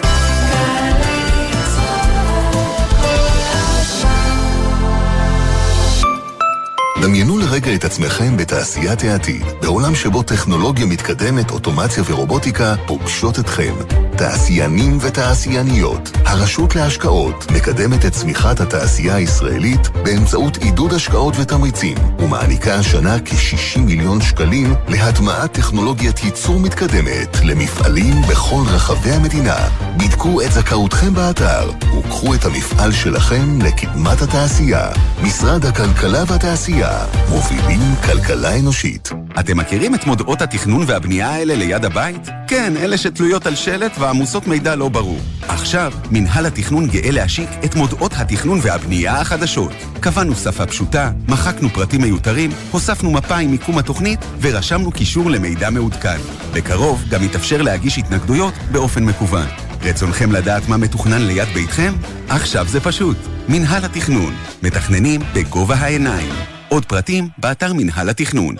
דמיינו לרגע את עצמכם בתעשיית העתיד, בעולם שבו טכנולוגיה מתקדמת, אוטומציה ורובוטיקה פוגשות אתכם. תעשיינים ותעשייניות, הרשות להשקעות מקדמת את צמיחת התעשייה הישראלית באמצעות עידוד השקעות ותמריצים, ומעניקה השנה כ-60 מיליון שקלים להטמעת טכנולוגיית ייצור מתקדמת למפעלים בכל רחבי המדינה. בדקו את זכאותכם באתר, וקחו את המפעל שלכם לקדמת התעשייה. משרד הכלכלה והתעשייה, מובילים כלכלה אנושית. אתם מכירים את מודעות התכנון והבנייה האלה ליד הבית? כן, אלה שתלויות על שלט ועמוסות מידע לא ברור. עכשיו, מנהל התכנון גאה להשיק את מודעות התכנון והבנייה החדשות. קבענו שפה פשוטה, מחקנו פרטים מיותרים, הוספנו מפה עם מיקום התוכנית ורשמנו קישור למידע מעודכן. בקרוב גם יתאפשר להגיש התנגדויות באופן מקוון. רצונכם לדעת מה מתוכנן ליד ביתכם? עכשיו זה פשוט. מנהל התכנון. מתכננים בגובה העיניים. עוד פרטים באתר מנהל התכנון.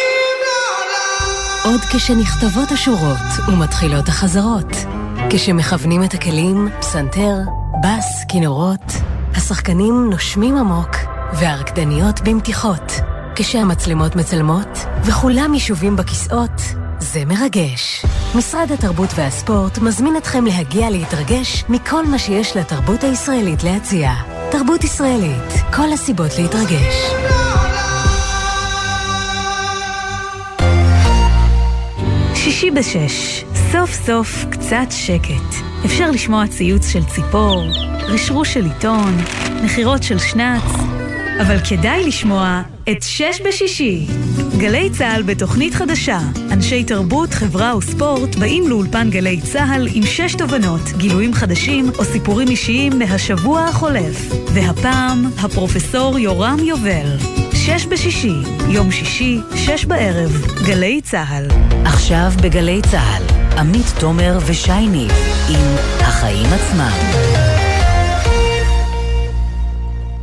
עוד כשנכתבות השורות ומתחילות החזרות. כשמכוונים את הכלים, פסנתר, בס, כינורות. השחקנים נושמים עמוק והרקדניות במתיחות. כשהמצלמות מצלמות וכולם ישובים בכיסאות, זה מרגש. משרד התרבות והספורט מזמין אתכם להגיע להתרגש מכל מה שיש לתרבות הישראלית להציע. תרבות ישראלית, כל הסיבות להתרגש. שישי בשש, סוף סוף קצת שקט. אפשר לשמוע ציוץ של ציפור, רשרוש של עיתון, נחירות של שנץ, אבל כדאי לשמוע את 6 בשישי. גלי צהל בתוכנית חדשה. אנשי תרבות, חברה וספורט באים לאולפן גלי צהל עם 6 תובנות, גילויים חדשים או סיפורים אישיים מהשבוע החולף. והפעם, הפרופסור יורם יובל. 6 בשישי, יום שישי, 6 בערב, גלי צהל. עכשיו בגלי צהל, עמית תומר ושי ניב עם החיים עצמם.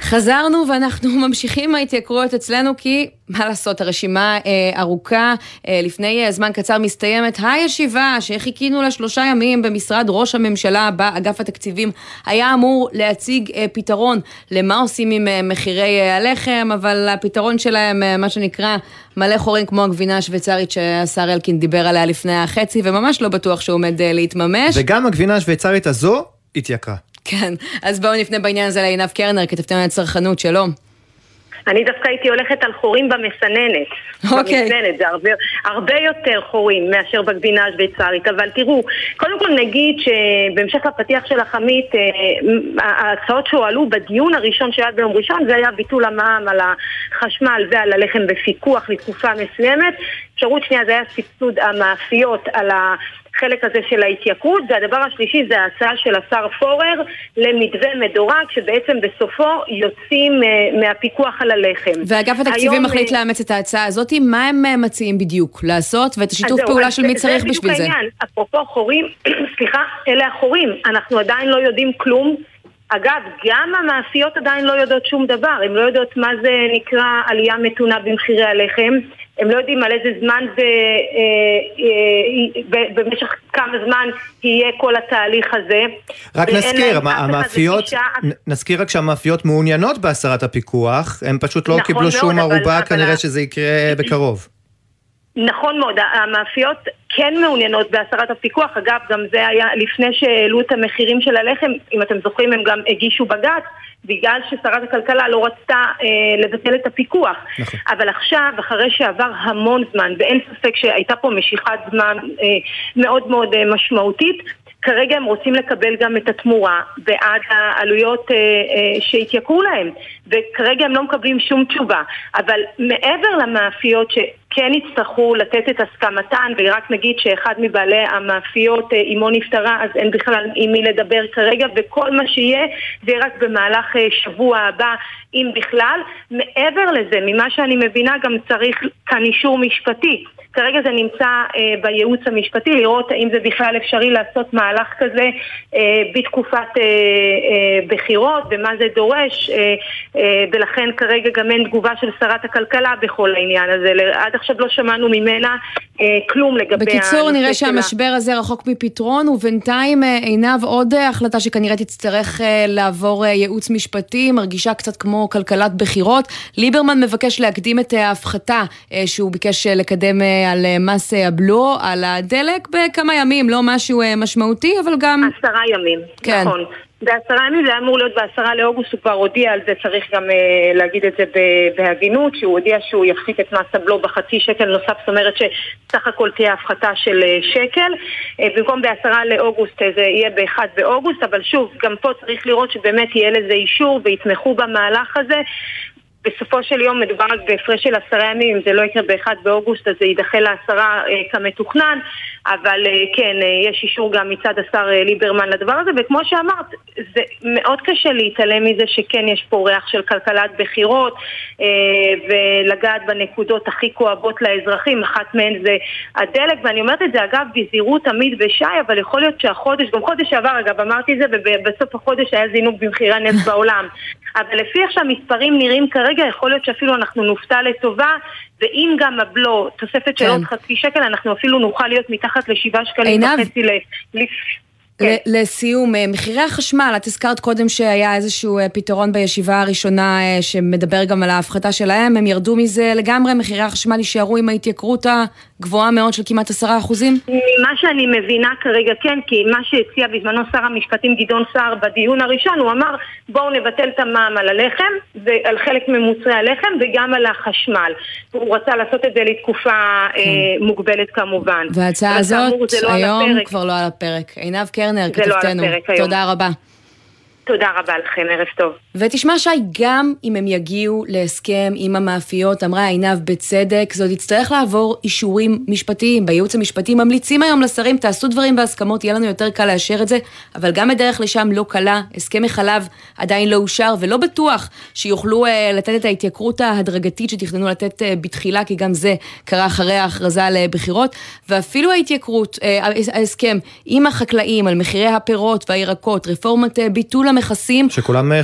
חזרנו ואנחנו ממשיכים ההתייקרויות אצלנו כי מה לעשות, הרשימה ארוכה. לפני זמן קצר מסתיימת הישיבה שחיכינו לה 3 ימים במשרד ראש הממשלה באגף התקציבים. היה אמור להציג פתרון למה עושים עם מחירי הלחם, אבל הפתרון שלהם מה שנקרא מלא חורים כמו הגבינה השוויצרית שהשר אלקין דיבר עליה לפני החצי, וממש לא בטוח שהוא עומד להתממש. וגם הגבינה השוויצרית הזו התייקרה. כן, אז בואו נפנה בעניין הזה לעינב קרנר, כתבתנו על צרכנות, שלום. אני דווקא הייתי הולכת על חורים במסננת. במסננת, זה הרבה יותר חורים מאשר בגבינה השוויצרית. אבל תראו, קודם כל נגיד שבהמשך לפתיח של החמית, ההצעות שהועלו בדיון הראשון שהיה ביום ראשון, זה היה ביטול המע"מ על החשמל ועל הלחם בפיקוח לתקופה מסוימת. אפשרות שנייה זה היה סבסוד המאפיות על החלק הזה של ההתייקרות, והדבר השלישי זה ההצעה של השר פורר למתווה מדורג, שבעצם בסופו יוצאים מהפיקוח על הלחם. ואגף התקציבים מחליט לאמץ את ההצעה הזאת, מה הם מציעים בדיוק לעשות, ואת השיתוף פעולה של מי צריך בשביל זה? אפרופו חורים, סליחה, אלה החורים, אנחנו עדיין לא יודעים כלום. אגב, גם המאפיות עדיין לא יודעות שום דבר, הן לא יודעות מה זה נקרא עלייה מתונה במחירי הלחם, הם לא יודעים על איזה זמן זה, במשך כמה זמן יהיה כל התהליך הזה. רק נזכיר, נזכיר רק שהמאפיות מעוניינות בהסרת הפיקוח, הם פשוט לא קיבלו שום ערובה, כנראה שזה יקרה בקרוב. נכון מאוד, המאפיות כן מעוניינות בהסרת הפיקוח, אגב גם זה היה לפני שהעלו את המחירים של הלחם, אם אתם זוכרים הם גם הגישו בג"ץ, בגלל ששרת הכלכלה לא רצתה לבטל את הפיקוח. נכון. אבל עכשיו, אחרי שעבר המון זמן, ואין ספק שהייתה פה משיכת זמן מאוד מאוד משמעותית, כרגע הם רוצים לקבל גם את התמורה בעד העלויות שהתייקרו להם, וכרגע הם לא מקבלים שום תשובה. אבל מעבר למאפיות שכן יצטרכו לתת את הסכמתן, ורק נגיד שאחד מבעלי המאפיות אימו נפטרה, אז אין בכלל עם מי לדבר כרגע, וכל מה שיהיה זה רק במהלך שבוע הבא, אם בכלל. מעבר לזה, ממה שאני מבינה, גם צריך כאן אישור משפטי. כרגע זה נמצא בייעוץ המשפטי, לראות האם זה בכלל אפשרי לעשות מהלך כזה בתקופת בחירות, ומה זה דורש, ולכן כרגע גם אין תגובה של שרת הכלכלה בכל העניין הזה. עד עכשיו לא שמענו ממנה כלום לגבי... בקיצור, נראה שהמשבר הזה רחוק מפתרון, ובינתיים עינב עוד החלטה שכנראה תצטרך לעבור ייעוץ משפטי, מרגישה קצת כמו כלכלת בחירות. ליברמן מבקש להקדים את ההפחתה שהוא ביקש לקדם על מס הבלו, על הדלק בכמה ימים, לא משהו משמעותי, אבל גם... 10 ימים, כן. נכון. ב10 ימים, זה אמור להיות ב10 לאוגוסט, הוא כבר הודיע על זה, צריך גם להגיד את זה בהגינות, שהוא הודיע שהוא יפחית את מס הבלו בחצי שקל נוסף, זאת אומרת שסך הכל תהיה הפחתה של שקל, במקום ב10 לאוגוסט זה יהיה ב1 באוגוסט, אבל שוב, גם פה צריך לראות שבאמת יהיה לזה אישור ויתמכו במהלך הזה. בסופו של יום מדובר רק בהפרש של 10 ימים, אם זה לא יקרה ב1 באוגוסט אז זה יידחה ל10 כמתוכנן, אבל כן, יש אישור גם מצד השר ליברמן לדבר הזה, וכמו שאמרת, זה מאוד קשה להתעלם מזה שכן יש פה ריח של כלכלת בחירות, ולגעת בנקודות הכי כואבות לאזרחים, אחת מהן זה הדלק, ואני אומרת את זה אגב בזהירות תמיד ושי, אבל יכול להיות שהחודש, גם חודש שעבר אגב אמרתי את זה, ובסוף החודש היה זינוק במחירי הנפט בעולם, אבל לפי איך שהמספרים נראים כרגע, יכול להיות שאפילו אנחנו נופתע לטובה, ואם גם הבלו, תוספת של עוד חצי שקל, אנחנו אפילו נוכל להיות מתחת ל7.5 שקלים לסיום, מחירי החשמל, את הזכרת קודם שהיה איזשהו פתרון בישיבה הראשונה שמדבר גם על ההפחתה שלהם, הם ירדו מזה לגמרי, מחירי החשמל יישארו עם ההתייקרות הגבוהה מאוד של כמעט 10%? ממה שאני מבינה כרגע כן, כי מה שהציע בזמנו שר המשפטים גדעון סער בדיון הראשון, הוא אמר בואו נבטל את המע"מ על הלחם, ועל חלק ממוצרי הלחם וגם על החשמל. הוא רצה לעשות את זה לתקופה מוגבלת כמובן. וההצעה הזאת היום כבר לא על הפרק. עינב קרנר, כתבתנו. תודה רבה. תודה רבה לכם, ערב טוב. ותשמע שי, גם אם הם יגיעו להסכם עם המאפיות, אמרה עינב בצדק, זאת יצטרך לעבור אישורים משפטיים. בייעוץ המשפטי ממליצים היום לשרים, תעשו דברים בהסכמות, יהיה לנו יותר קל לאשר את זה, אבל גם הדרך לשם לא קלה, הסכם החלב עדיין לא אושר, ולא בטוח שיוכלו לתת את ההתייקרות ההדרגתית שתכננו לתת בתחילה, כי גם זה קרה אחרי ההכרזה על בחירות, ואפילו ההתייקרות, ההסכם עם החקלאים על מחירי הפירות והירקות, רפורמת ביטול המכסים. שכולם חגגו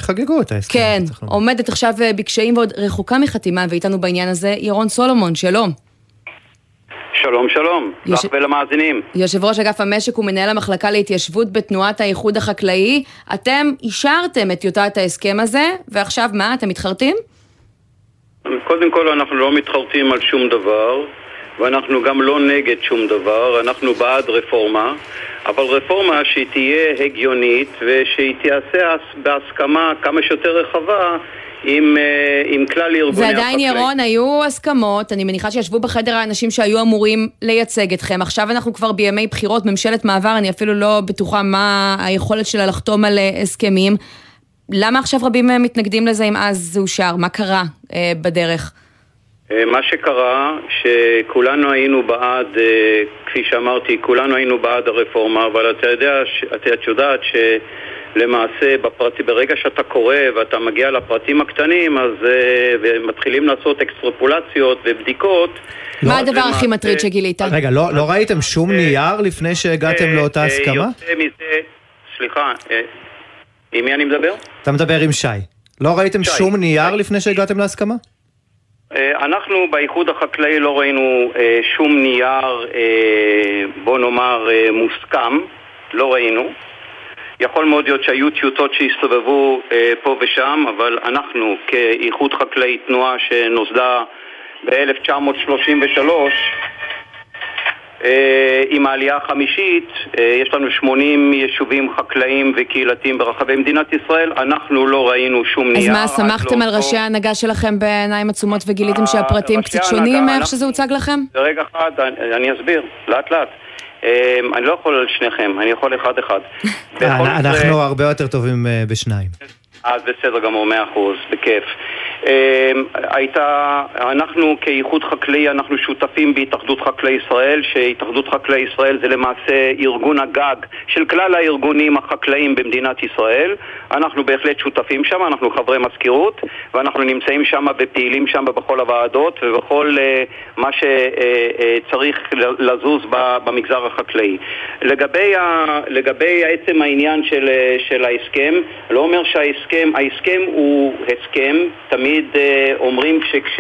את ההסכם. כן, עומדת עכשיו בקשיים ועוד רחוקה מחתימה, ואיתנו בעניין הזה ירון סולומון, שלום. שלום, שלום, לך ולמאזינים. יושב ראש אגף המשק ומנהל המחלקה להתיישבות בתנועת האיחוד החקלאי, אתם אישרתם את טיוטת ההסכם הזה, ועכשיו מה, אתם מתחרטים? קודם כל אנחנו לא מתחרטים על שום דבר, ואנחנו גם לא נגד שום דבר, אנחנו בעד רפורמה, אבל רפורמה שהיא תהיה הגיונית ושהיא תיעשה בהסכמה כמה שיותר רחבה עם כלל ארגוני החקלאים. ועדיין ירון, היו הסכמות, אני מניחה שישבו בחדר האנשים שהיו אמורים לייצג אתכם. עכשיו אנחנו כבר בימי בחירות, ממשלת מעבר, אני אפילו לא בטוחה מה היכולת שלה לחתום על הסכמים. למה עכשיו רבים מתנגדים לזה אם אז זה אושר? מה קרה בדרך? מה שקרה, שכולנו היינו בעד, כפי שאמרתי, כולנו היינו בעד הרפורמה, אבל את יודעת שלמעשה ברגע שאתה קורא ואתה מגיע לפרטים הקטנים, אז ומתחילים לעשות אקסטרפולציות ובדיקות. מה הדבר הכי מטריד שגילית? רגע, לא ראיתם שום נייר לפני שהגעתם לאותה הסכמה? סליחה, עם מי אני מדבר? אתה מדבר עם שי. לא ראיתם שום נייר לפני שהגעתם להסכמה? אנחנו באיחוד החקלאי לא ראינו שום נייר, בוא נאמר, מוסכם, לא ראינו. יכול מאוד להיות שהיו טיוטות שהסתובבו פה ושם, אבל אנחנו כאיחוד חקלאי, תנועה שנוסדה ב-1933, עם העלייה החמישית, יש לנו 80 יישובים חקלאיים וקהילתיים ברחבי מדינת ישראל, אנחנו לא ראינו שום נייר. אז מה, שמחתם על ראשי ההנהגה שלכם בעיניים עצומות וגיליתם שהפרטים קצת שונים מאיך שזה הוצג לכם? רגע אחד, אני אסביר, לאט לאט. אני לא יכול על שניכם, אני יכול אחד אחד. אנחנו הרבה יותר טובים בשניים. אז בסדר גמור, 100%, בכיף. אנחנו כאיחוד חקלאי, אנחנו שותפים בהתאחדות חקלאי ישראל, שהתאחדות חקלאי ישראל זה למעשה ארגון הגג של כלל הארגונים החקלאיים במדינת ישראל. אנחנו בהחלט שותפים שם, אנחנו חברי מזכירות, ואנחנו נמצאים שם ופעילים שם בכל הוועדות ובכל מה שצריך לזוז במגזר החקלאי. לגבי עצם העניין של ההסכם, לא אומר ההסכם הוא הסכם, תמיד אומרים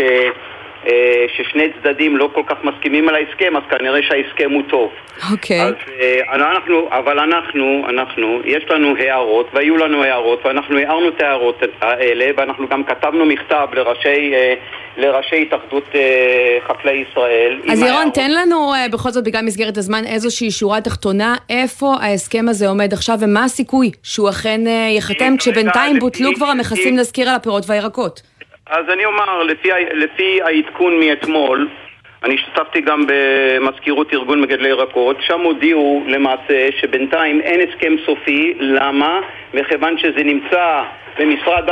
ששני צדדים לא כל כך מסכימים על ההסכם, אז כנראה שההסכם הוא טוב. אוקיי. אבל אנחנו, יש לנו הערות, והיו לנו הערות, ואנחנו הערנו את ההערות האלה, ואנחנו גם כתבנו מכתב לראשי התאחדות חקלאי ישראל. אז ירון, תן לנו בכל זאת בגלל מסגרת הזמן איזושהי שורה תחתונה, איפה ההסכם הזה עומד עכשיו, ומה הסיכוי שהוא אכן יחתם, כשבינתיים בוטלו כבר המכסים להזכיר על הפירות והירקות? אז אני אומר, לפי העדכון מאתמול, אני השתתפתי גם במזכירות ארגון מגדלי ירקות, שם הודיעו למעשה שבינתיים אין הסכם סופי. למה? מכיוון שזה נמצא במשרד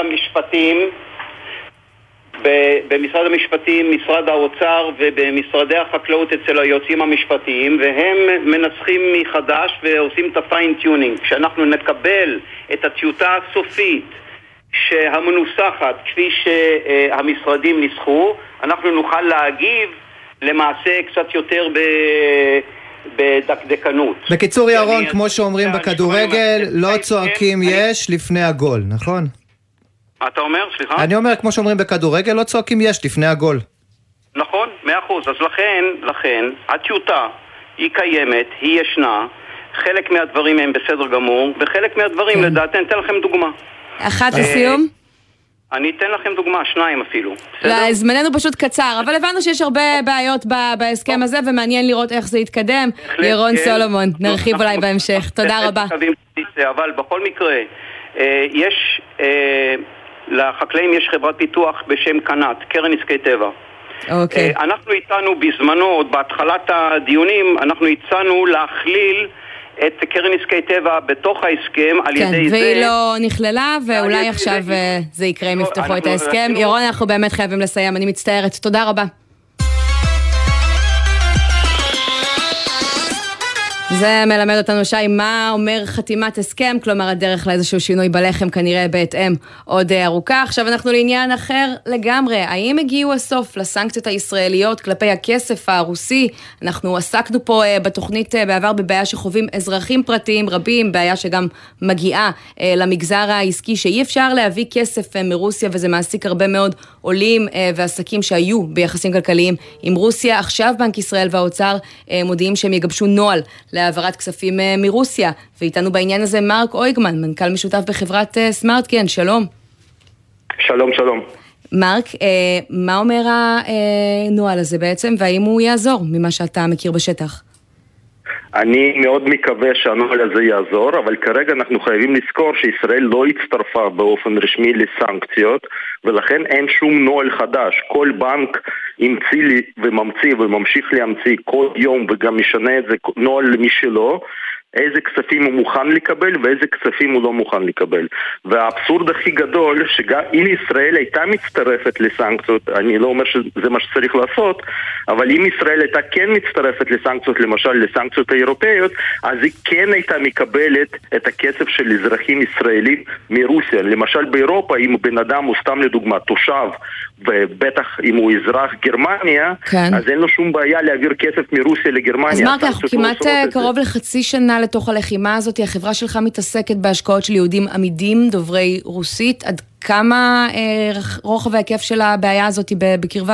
המשפטים, משרד האוצר ובמשרדי החקלאות אצל היועצים המשפטיים, והם מנסחים מחדש ועושים את הפיין-טיונינג. כשאנחנו נקבל את הטיוטה הסופית שהמנוסחת כפי שהמשרדים ניסחו, אנחנו נוכל להגיב למעשה קצת יותר בדקדקנות. בקיצור ירון, כמו שאומרים בכדורגל, לא צועקים יש לפני הגול, נכון? אתה אומר, סליחה? אני אומר, כמו שאומרים בכדורגל, לא צועקים יש לפני הגול. נכון, 100%. אז לכן, הטיוטה היא קיימת, היא ישנה, חלק מהדברים הם בסדר גמור, וחלק מהדברים לדעתי, אני אתן לכם דוגמה. אחת לסיום? אני אתן לכם דוגמה, 2 אפילו. לא, זמננו פשוט קצר, אבל הבנו שיש הרבה בעיות בהסכם הזה, ומעניין לראות איך זה יתקדם. ירון סולומון, נרחיב אולי בהמשך. תודה רבה. אבל בכל מקרה, יש, לחקלאים יש חברת פיתוח בשם קנת, קרן נזקי טבע. אוקיי. אנחנו הצענו בזמנו, עוד בהתחלת הדיונים, אנחנו הצענו להכליל את קרן נזקי טבע בתוך ההסכם על ידי זה. כן, והיא לא נכללה, ואולי עכשיו זה יקרה אם יפתחו את ההסכם. ירון, אנחנו באמת חייבים לסיים, אני מצטערת. תודה רבה. זה מלמד אותנו שי, מה אומר חתימת הסכם, כלומר הדרך לאיזשהו שינוי בלחם כנראה בהתאם עוד ארוכה. עכשיו אנחנו לעניין אחר לגמרי, האם הגיעו הסוף לסנקציות הישראליות כלפי הכסף הרוסי? אנחנו עסקנו פה בתוכנית בעבר בבעיה שחווים אזרחים פרטיים רבים, בעיה שגם מגיעה למגזר העסקי, שאי אפשר להביא כסף מרוסיה, וזה מעסיק הרבה מאוד עולים ועסקים שהיו ביחסים כלכליים עם רוסיה. עכשיו בנק ישראל והאוצר מודיעים שהם יגבשו נוהל להעברת כספים מרוסיה, ואיתנו בעניין הזה מרק אויגמן, מנכ"ל משותף בחברת סמארט. כן, שלום. שלום, שלום. מרק, מה אומר הנוהל הזה בעצם, והאם הוא יעזור ממה שאתה מכיר בשטח? אני מאוד מקווה שהנוהל הזה יעזור, אבל כרגע אנחנו חייבים לזכור שישראל לא הצטרפה באופן רשמי לסנקציות, ולכן אין שום נוהל חדש. כל בנק המציא לי וממציא וממשיך להמציא כל יום, וגם משנה את זה נוהל משלו, איזה כספים הוא מוכן לקבל ואיזה כספים הוא לא מוכן לקבל. והאבסורד הכי גדול, שגם אם ישראל הייתה מצטרפת לסנקציות, אני לא אומר שזה מה שצריך לעשות, אבל אם ישראל הייתה כן מצטרפת לסנקציות, למשל לסנקציות האירופאיות, אז היא כן הייתה מקבלת את הכסף של אזרחים ישראלים מרוסיה. למשל באירופה, אם בן אדם הוא סתם לדוגמה תושב, ובטח אם הוא אזרח גרמניה, כן. אז אין לו שום בעיה להעביר כסף מרוסיה לגרמניה. אז מרק, אנחנו כמעט קרוב לחצי שנה לתוך הלחימה הזאת, החברה שלך מתעסקת בהשקעות של יהודים עמידים, דוברי רוסית. עד כמה רוחב ההיקף של הבעיה הזאת בקרבם?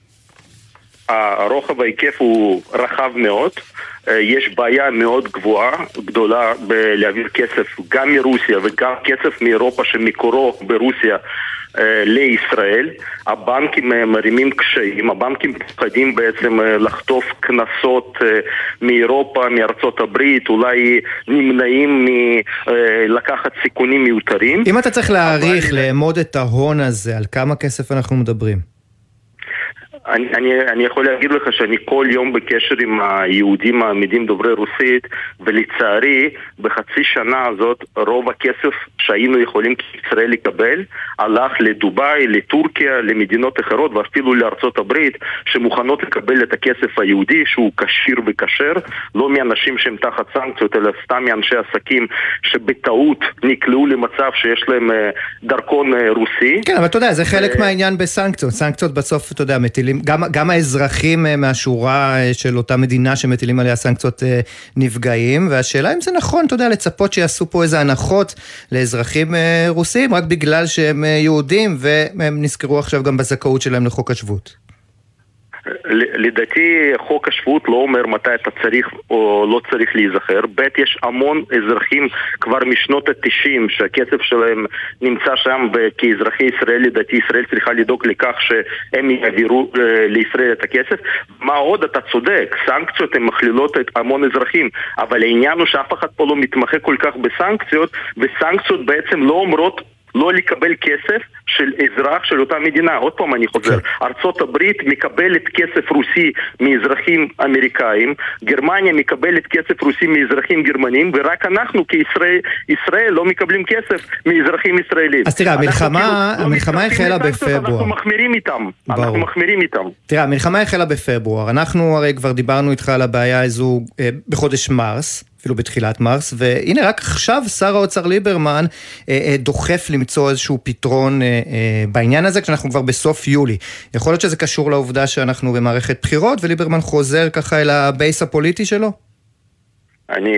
הרוחב ההיקף הוא רחב מאוד. יש בעיה מאוד גדולה בלהעביר כסף גם מרוסיה וגם כסף מאירופה שמקורו ברוסיה לישראל. הבנקים מרימים קשיים, הבנקים פחדים בעצם לחטוף כנסות מאירופה, מארצות הברית, אולי נמנעים מלקחת סיכונים מיותרים. אם אתה צריך להעריך, לאמוד את ההון הזה, על כמה כסף אנחנו מדברים? אני יכול להגיד לך שאני כל יום בקשר עם היהודים העמידים דוברי רוסית, ולצערי בחצי שנה הזאת רוב הכסף שהיינו יכולים כישראל לקבל הלך לדובאי, לטורקיה, למדינות אחרות ואפילו לארצות הברית, שמוכנות לקבל את הכסף היהודי שהוא קשיר וקשר, לא מאנשים שהם תחת סנקציות אלא סתם מאנשי עסקים שבטעות נקלעו למצב שיש להם דרכון רוסי. כן, אבל אתה יודע, זה חלק מהעניין בסנקציות. סנקציות בסוף, אתה יודע, מטילים גם האזרחים מהשורה של אותה מדינה שמטילים עליה סנקציות נפגעים, והשאלה אם זה נכון, אתה יודע, לצפות שיעשו פה איזה הנחות לאזרחים רוסים, רק בגלל שהם יהודים, והם נזכרו עכשיו גם בזכאות שלהם לחוק השבות. לדעתי חוק השבות לא אומר מתי אתה צריך או לא צריך להיזכר. בית יש המון אזרחים כבר משנות ה-90 שהכסף שלהם נמצא שם, וכאזרחי ישראל לדעתי ישראל צריכה לדאוג לכך שהם יעבירו לישראל את הכסף. מה עוד? אתה צודק, סנקציות הן מכלילות את המון אזרחים, אבל העניין הוא שאף אחד פה לא מתמחה כל כך בסנקציות, וסנקציות בעצם לא אומרות לא לקבל כסף של אזרח של אותה מדינה. עוד פעם אני חוזר, ארצות הברית מקבלת כסף רוסי מאזרחים אמריקאים, גרמניה מקבלת כסף רוסי מאזרחים גרמנים, ורק אנחנו כישראל לא מקבלים כסף מאזרחים ישראלים. אז תראה, המלחמה החלה בפברואר. אנחנו מחמירים איתם. תראה, המלחמה החלה בפברואר. אנחנו הרי כבר דיברנו איתך על הבעיה הזו בחודש מרס, אפילו בתחילת מרס, והנה רק עכשיו שר האוצר ליברמן דוחף למצוא איזשהו פתרון בעניין הזה, כשאנחנו כבר בסוף יולי. יכול להיות שזה קשור לעובדה שאנחנו במערכת בחירות, וליברמן חוזר ככה אל הבייס הפוליטי שלו? אני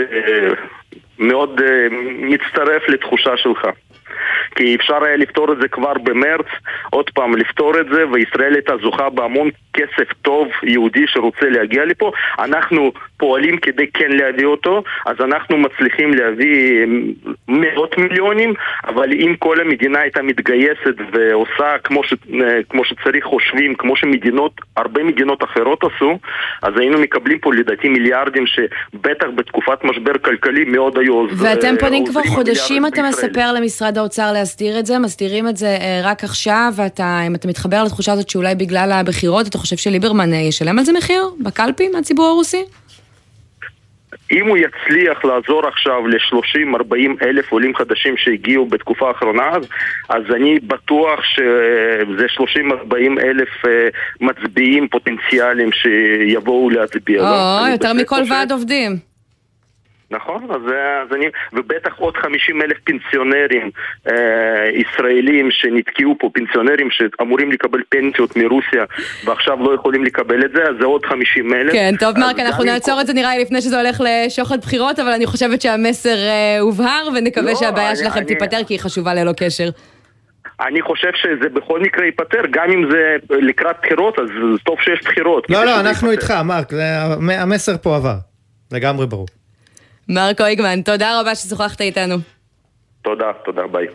מאוד מצטרף לתחושה שלך. כי אפשר היה לפתור את זה כבר במרץ, עוד פעם לפתור את זה, וישראל הייתה זוכה בהמון כסף טוב יהודי שרוצה להגיע לפה. אנחנו פועלים כדי כן להביא אותו, אז אנחנו מצליחים להביא מאות מיליונים, אבל אם כל המדינה הייתה מתגייסת ועושה כמו שצריך חושבים, כמו הרבה מדינות אחרות עשו, אז היינו מקבלים פה לדעתי מיליארדים שבטח בתקופת משבר כלכלי מאוד היו. ואתם פונים כבר חודשים, אתה מספר למשרד האוצר להסדיר את זה, מסדירים את זה רק עכשיו, אם אתה מתחבר לתחושה הזאת שאולי בגלל הבחירות, אתה חושב שליברמן ישלם על זה מחיר בקלפי מהציבור הרוסי? אם הוא יצליח לעזור עכשיו ל-30-40 אלף עולים חדשים שהגיעו בתקופה האחרונה, אז אני בטוח שזה 30-40 אלף מצביעים פוטנציאליים שיבואו להצביע. יותר מכל ועד עובדים. נכון, ובטח עוד 50,000 פנסיונרים ישראלים שנתקעו פה, פנסיונרים שאמורים לקבל פנסיות מרוסיה ועכשיו לא יכולים לקבל את זה, אז זה עוד 50,000. כן, טוב מרק, אנחנו נעצור את זה נראה לי לפני שזה הולך לשוחד בחירות, אבל אני חושבת שהמסר הובהר ונקווה שהבעיה שלכם תיפטר כי היא חשובה ללא קשר. אני חושב שזה בכל מקרה ייפטר, גם אם זה לקראת בחירות, אז טוב שיש בחירות. לא, אנחנו איתך, מרק, המסר פה עבר, לגמרי ברור. מרק אויגמן, תודה רבה ששוחחת איתנו. תודה, ביי.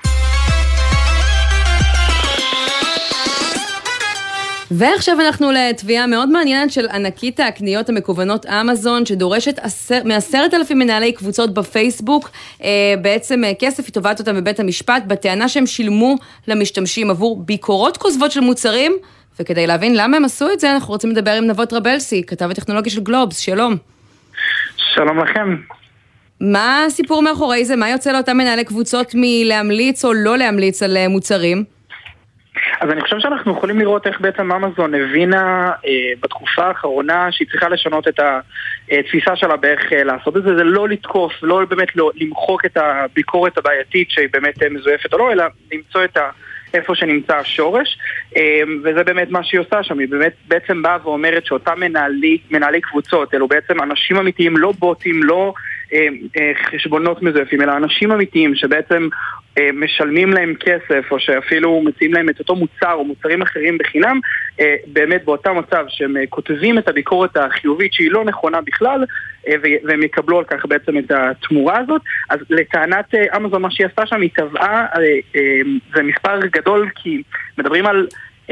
ועכשיו אנחנו לתביעה מאוד מעניינת של ענקית הקניות המקוונות אמזון, שדורשת מ10,000 מנהלי קבוצות בפייסבוק, בעצם כסף היא תובעת אותם בבית המשפט, בטענה שהם שילמו למשתמשים עבור ביקורות כוזבות של מוצרים, וכדי להבין למה הם עשו את זה, אנחנו רוצים לדבר עם נבות רבלסי, כתב הטכנולוגיה של גלובס, שלום. שלום לכם. מה הסיפור מאחורי זה? מה יוצא לאותם מנהלי קבוצות מלהמליץ או לא להמליץ על מוצרים? אז אני חושב שאנחנו יכולים לראות איך בעצם אמזון הבינה בתקופה האחרונה שהיא צריכה לשנות את התפיסה שלה באיך לעשות את זה. זה לא לתקוף, לא באמת למחוק את הביקורת הבעייתית שהיא באמת מזויפת או לא, אלא למצוא את איפה שנמצא השורש, וזה באמת מה שהיא עושה שם. היא באמת בעצם באה ואומרת שאותם מנהלי קבוצות, אלו בעצם אנשים אמיתיים, לא בוטים, לא חשבונות מזויפים, אלא אנשים אמיתיים שבעצם משלמים להם כסף, או שאפילו מציעים להם את אותו מוצר או מוצרים אחרים בחינם, באמת באותה מצב שהם כותבים את הביקורת החיובית שהיא לא נכונה בכלל, והם יקבלו על כך בעצם את התמורה הזאת. אז לטענת אמזון מה שהיא עשתה שם, היא טבעה, זה מספר גדול, כי מדברים על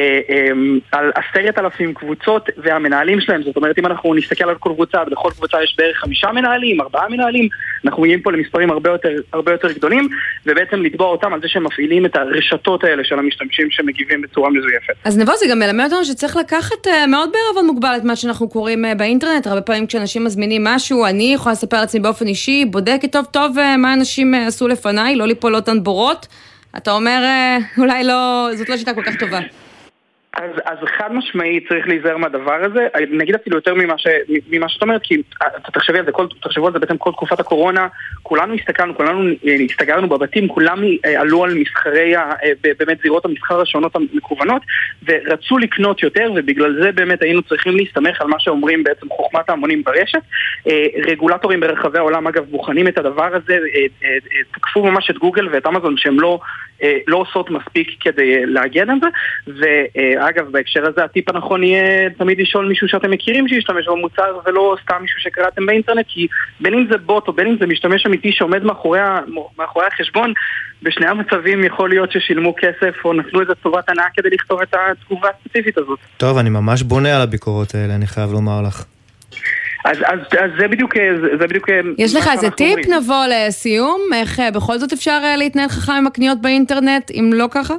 10,000 קבוצות והמנהלים שלהם. זאת אומרת, אם אנחנו נסתכל על כל קבוצה, ולכל קבוצה יש בערך 5 מנהלים, 4 מנהלים, אנחנו מגיעים פה למספרים הרבה יותר גדולים, ובעצם לתבוע אותם על זה שהם מפעילים את הרשתות האלה של המשתמשים שמגיבים בצורה מזויפת. אז נבוא, זה גם מלמד אותנו שצריך לקחת מאוד בערבון מוגבל את מה שאנחנו קוראים באינטרנט. הרבה פעמים כשאנשים מזמינים משהו, אני יכולה לספר לעצמי באופן אישי, בודקת טוב מה אנשים עשו לפניי, לא ליפול אותן בורות. אתה אומר, אולי לא, זאת לא שיטה כל כך טובה. אז חד משמעי צריך להיזהר מהדבר הזה, נגיד אפילו יותר ממה שאת אומרת, כי תחשבו על זה בעצם כל תקופת הקורונה, כולנו הסתגרנו בבתים, כולם עלו על מסחרי, באמת זירות המסחר השונות המקוונות, ורצו לקנות יותר, ובגלל זה באמת היינו צריכים להסתמך על מה שאומרים בעצם חוכמת ההמונים ברשת. רגולטורים ברחבי העולם אגב בוחנים את הדבר הזה, תקפו ממש את גוגל ואת אמזון שהם לא עושות מספיק כדי להגן על זה, ואגב בהקשר הזה הטיפ הנכון יהיה תמיד לשאול מישהו שאתם מכירים שישתמש במוצר ולא סתם מישהו שקראתם באינטרנט, כי בין אם זה בוט או בין אם זה משתמש אמיתי שעומד מאחורי החשבון, בשני המצבים יכול להיות ששילמו כסף או נתנו איזה צורת הנאה כדי לכתוב את התגובה הספציפית הזאת. טוב, אני ממש בונה על הביקורות האלה, אני חייב לומר לך. אז זה בדיוק יש לך איזה טיפ נבוא לסיום? איך בכל זאת אפשר להתנהל חכם עם הקניות באינטרנט, אם לא ככה?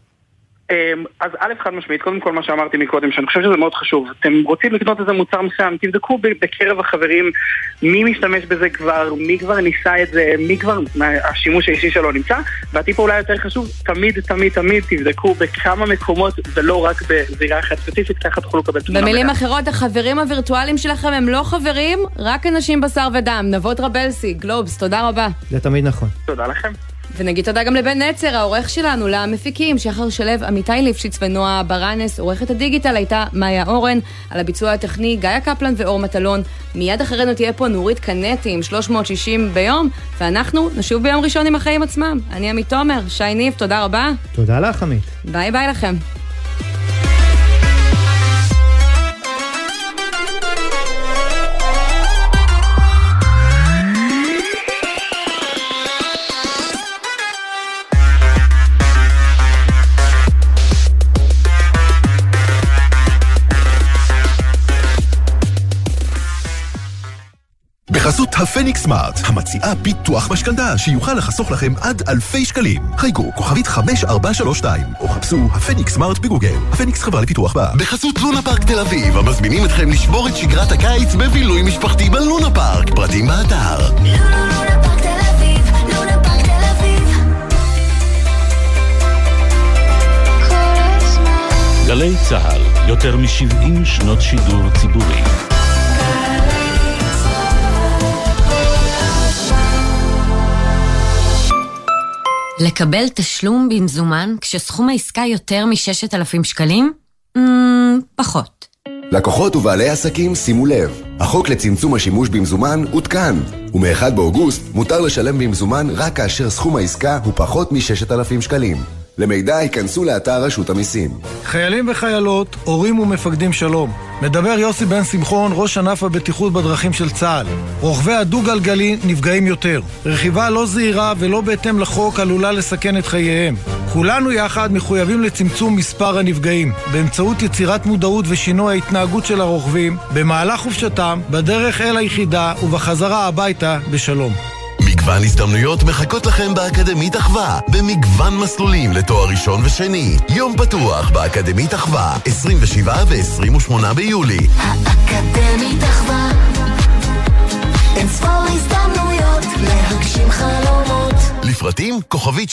אז א' חד משמעית, קודם כל מה שאמרתי מקודם, שאני חושב שזה מאוד חשוב. אתם רוצים לקנות איזה מוצר מסוים, תבדקו בקרב החברים מי משתמש בזה כבר, מי כבר ניסה את זה, מי כבר השימוש האישי שלו נמצא, והטיפ אולי יותר חשוב, תמיד תבדקו בכמה מקומות ולא רק בזירה אחת ספציפית, ככה תוכלו לקבל תמונה. במילים אחרות, החברים הווירטואליים שלכם הם לא חברים, רק אנשים בשר ודם. נבות רבלסי, גלובס, תודה רבה. זה תמיד נכון. תודה לכם. ונגיד תודה גם לבן נצר, העורך שלנו, למפיקים, שחר שלב, עמיתי ליפשיץ ונועה ברנס, עורכת הדיגיטל הייתה מאיה אורן, על הביצוע הטכני גיא קפלן ואור מטלון. מיד אחרינו תהיה פה נורית קנטי עם 360 ביום, ואנחנו נשוב ביום ראשון עם החיים עצמם. אני עמית תומר, שי ניב, תודה רבה. תודה לך עמית. ביי ביי לכם. בחסות הפניקס סמארט, המציעה ביטוח משכנתה שיוכל לחסוך לכם עד אלפי שקלים. חייגו כוכבית 5432 או חפשו הפניקס סמארט בגוגל. הפניקס חברה לפיתוח בע"מ. בחסות לונה פארק תל אביב, המזמינים אתכם לשבור את שגרת הקיץ בבילוי משפחתי בלונה פארק. פרטים באתר. לונה פארק תל אביב, לונה פארק תל אביב. גלי צהל, יותר מ-70 שנות שידור ציבורי. לקבל תשלום במזומן כשסכום העסקה יותר מ6,000 שקלים? פחות. לקוחות ובעלי עסקים שימו לב, החוק לצמצום השימוש במזומן עודכן, ומ-1 באוגוסט מותר לשלם במזומן רק כאשר סכום העסקה הוא פחות מ6,000 שקלים. למידע ייכנסו לאתר רשות המיסים. חיילים וחיילות, הורים ומפקדים שלום. מדבר יוסי בן שמחון, ראש ענף הבטיחות בדרכים של צה"ל. רוכבי הדו-גלגלי נפגעים יותר. רכיבה לא זהירה ולא בהתאם לחוק עלולה לסכן את חייהם. כולנו יחד מחויבים לצמצום מספר הנפגעים, באמצעות יצירת מודעות ושינוי ההתנהגות של הרוכבים, במהלך חופשתם, בדרך אל היחידה ובחזרה הביתה בשלום. מגוון הזדמנויות מחכות לכם באקדמית אחווה, במגוון מסלולים לתואר ראשון ושני. יום פתוח באקדמית אחווה, 27 ו-28 ביולי. האקדמית אחווה, אין ספור הזדמנויות להגשים חלומות. לפרטים כוכבית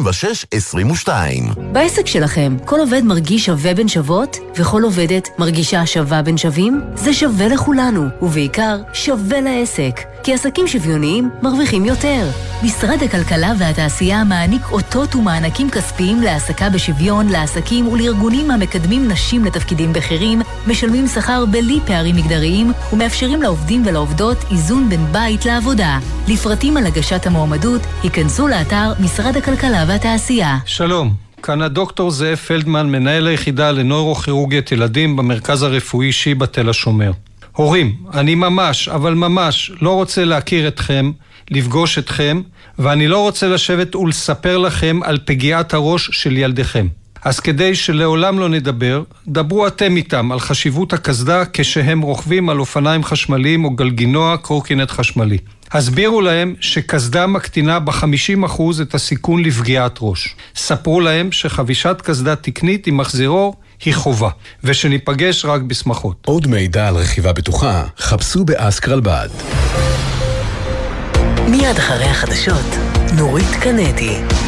3622. בעסק שלכם, כל עובד מרגיש שווה בין שוות, וכל עובדת מרגישה שווה בין שווים? זה שווה לכולנו, ובעיקר שווה לעסק. כי עסקים שוויוניים מרוויחים יותר. משרד הכלכלה והתעשייה מעניק אותות ומענקים כספיים להעסקה בשוויון לעסקים ולארגונים המקדמים נשים לתפקידים בכירים, משלמים שכר בלי פערים מגדריים ומאפשרים לעובדים ולעובדות איזון בין בית לעבודה. לפרטים על הגשת המועמדות, היכנסו לאתר משרד הכלכלה והתעשייה. שלום, כאן הדוקטור זאב פלדמן, מנהל היחידה לנוירוכירורגית ילדים במרכז הרפואי שיבא תל השומר. הורים, אני ממש, אבל ממש לא רוצה להכיר אתכם, לפגוש אתכם, ואני לא רוצה לשבת ולספר לכם על פגיעת הראש של ילדיכם. אז כדי שלעולם לא נדבר, דברו אתם איתם על חשיבות הקסדה כשהם רוכבים על אופניים חשמליים או גלגינוע קורקינט חשמלי. הסבירו להם שקסדה מקטינה ב-50% את הסיכון לפגיעת ראש. ספרו להם שחבישת קסדה תקנית עם מחזירור היא חובה, ושניפגש רק בשמחות. עוד מידע על רכיבה בטוחה, חפשו באסקרלבד. מיד אחרי החדשות, נורית קנדי.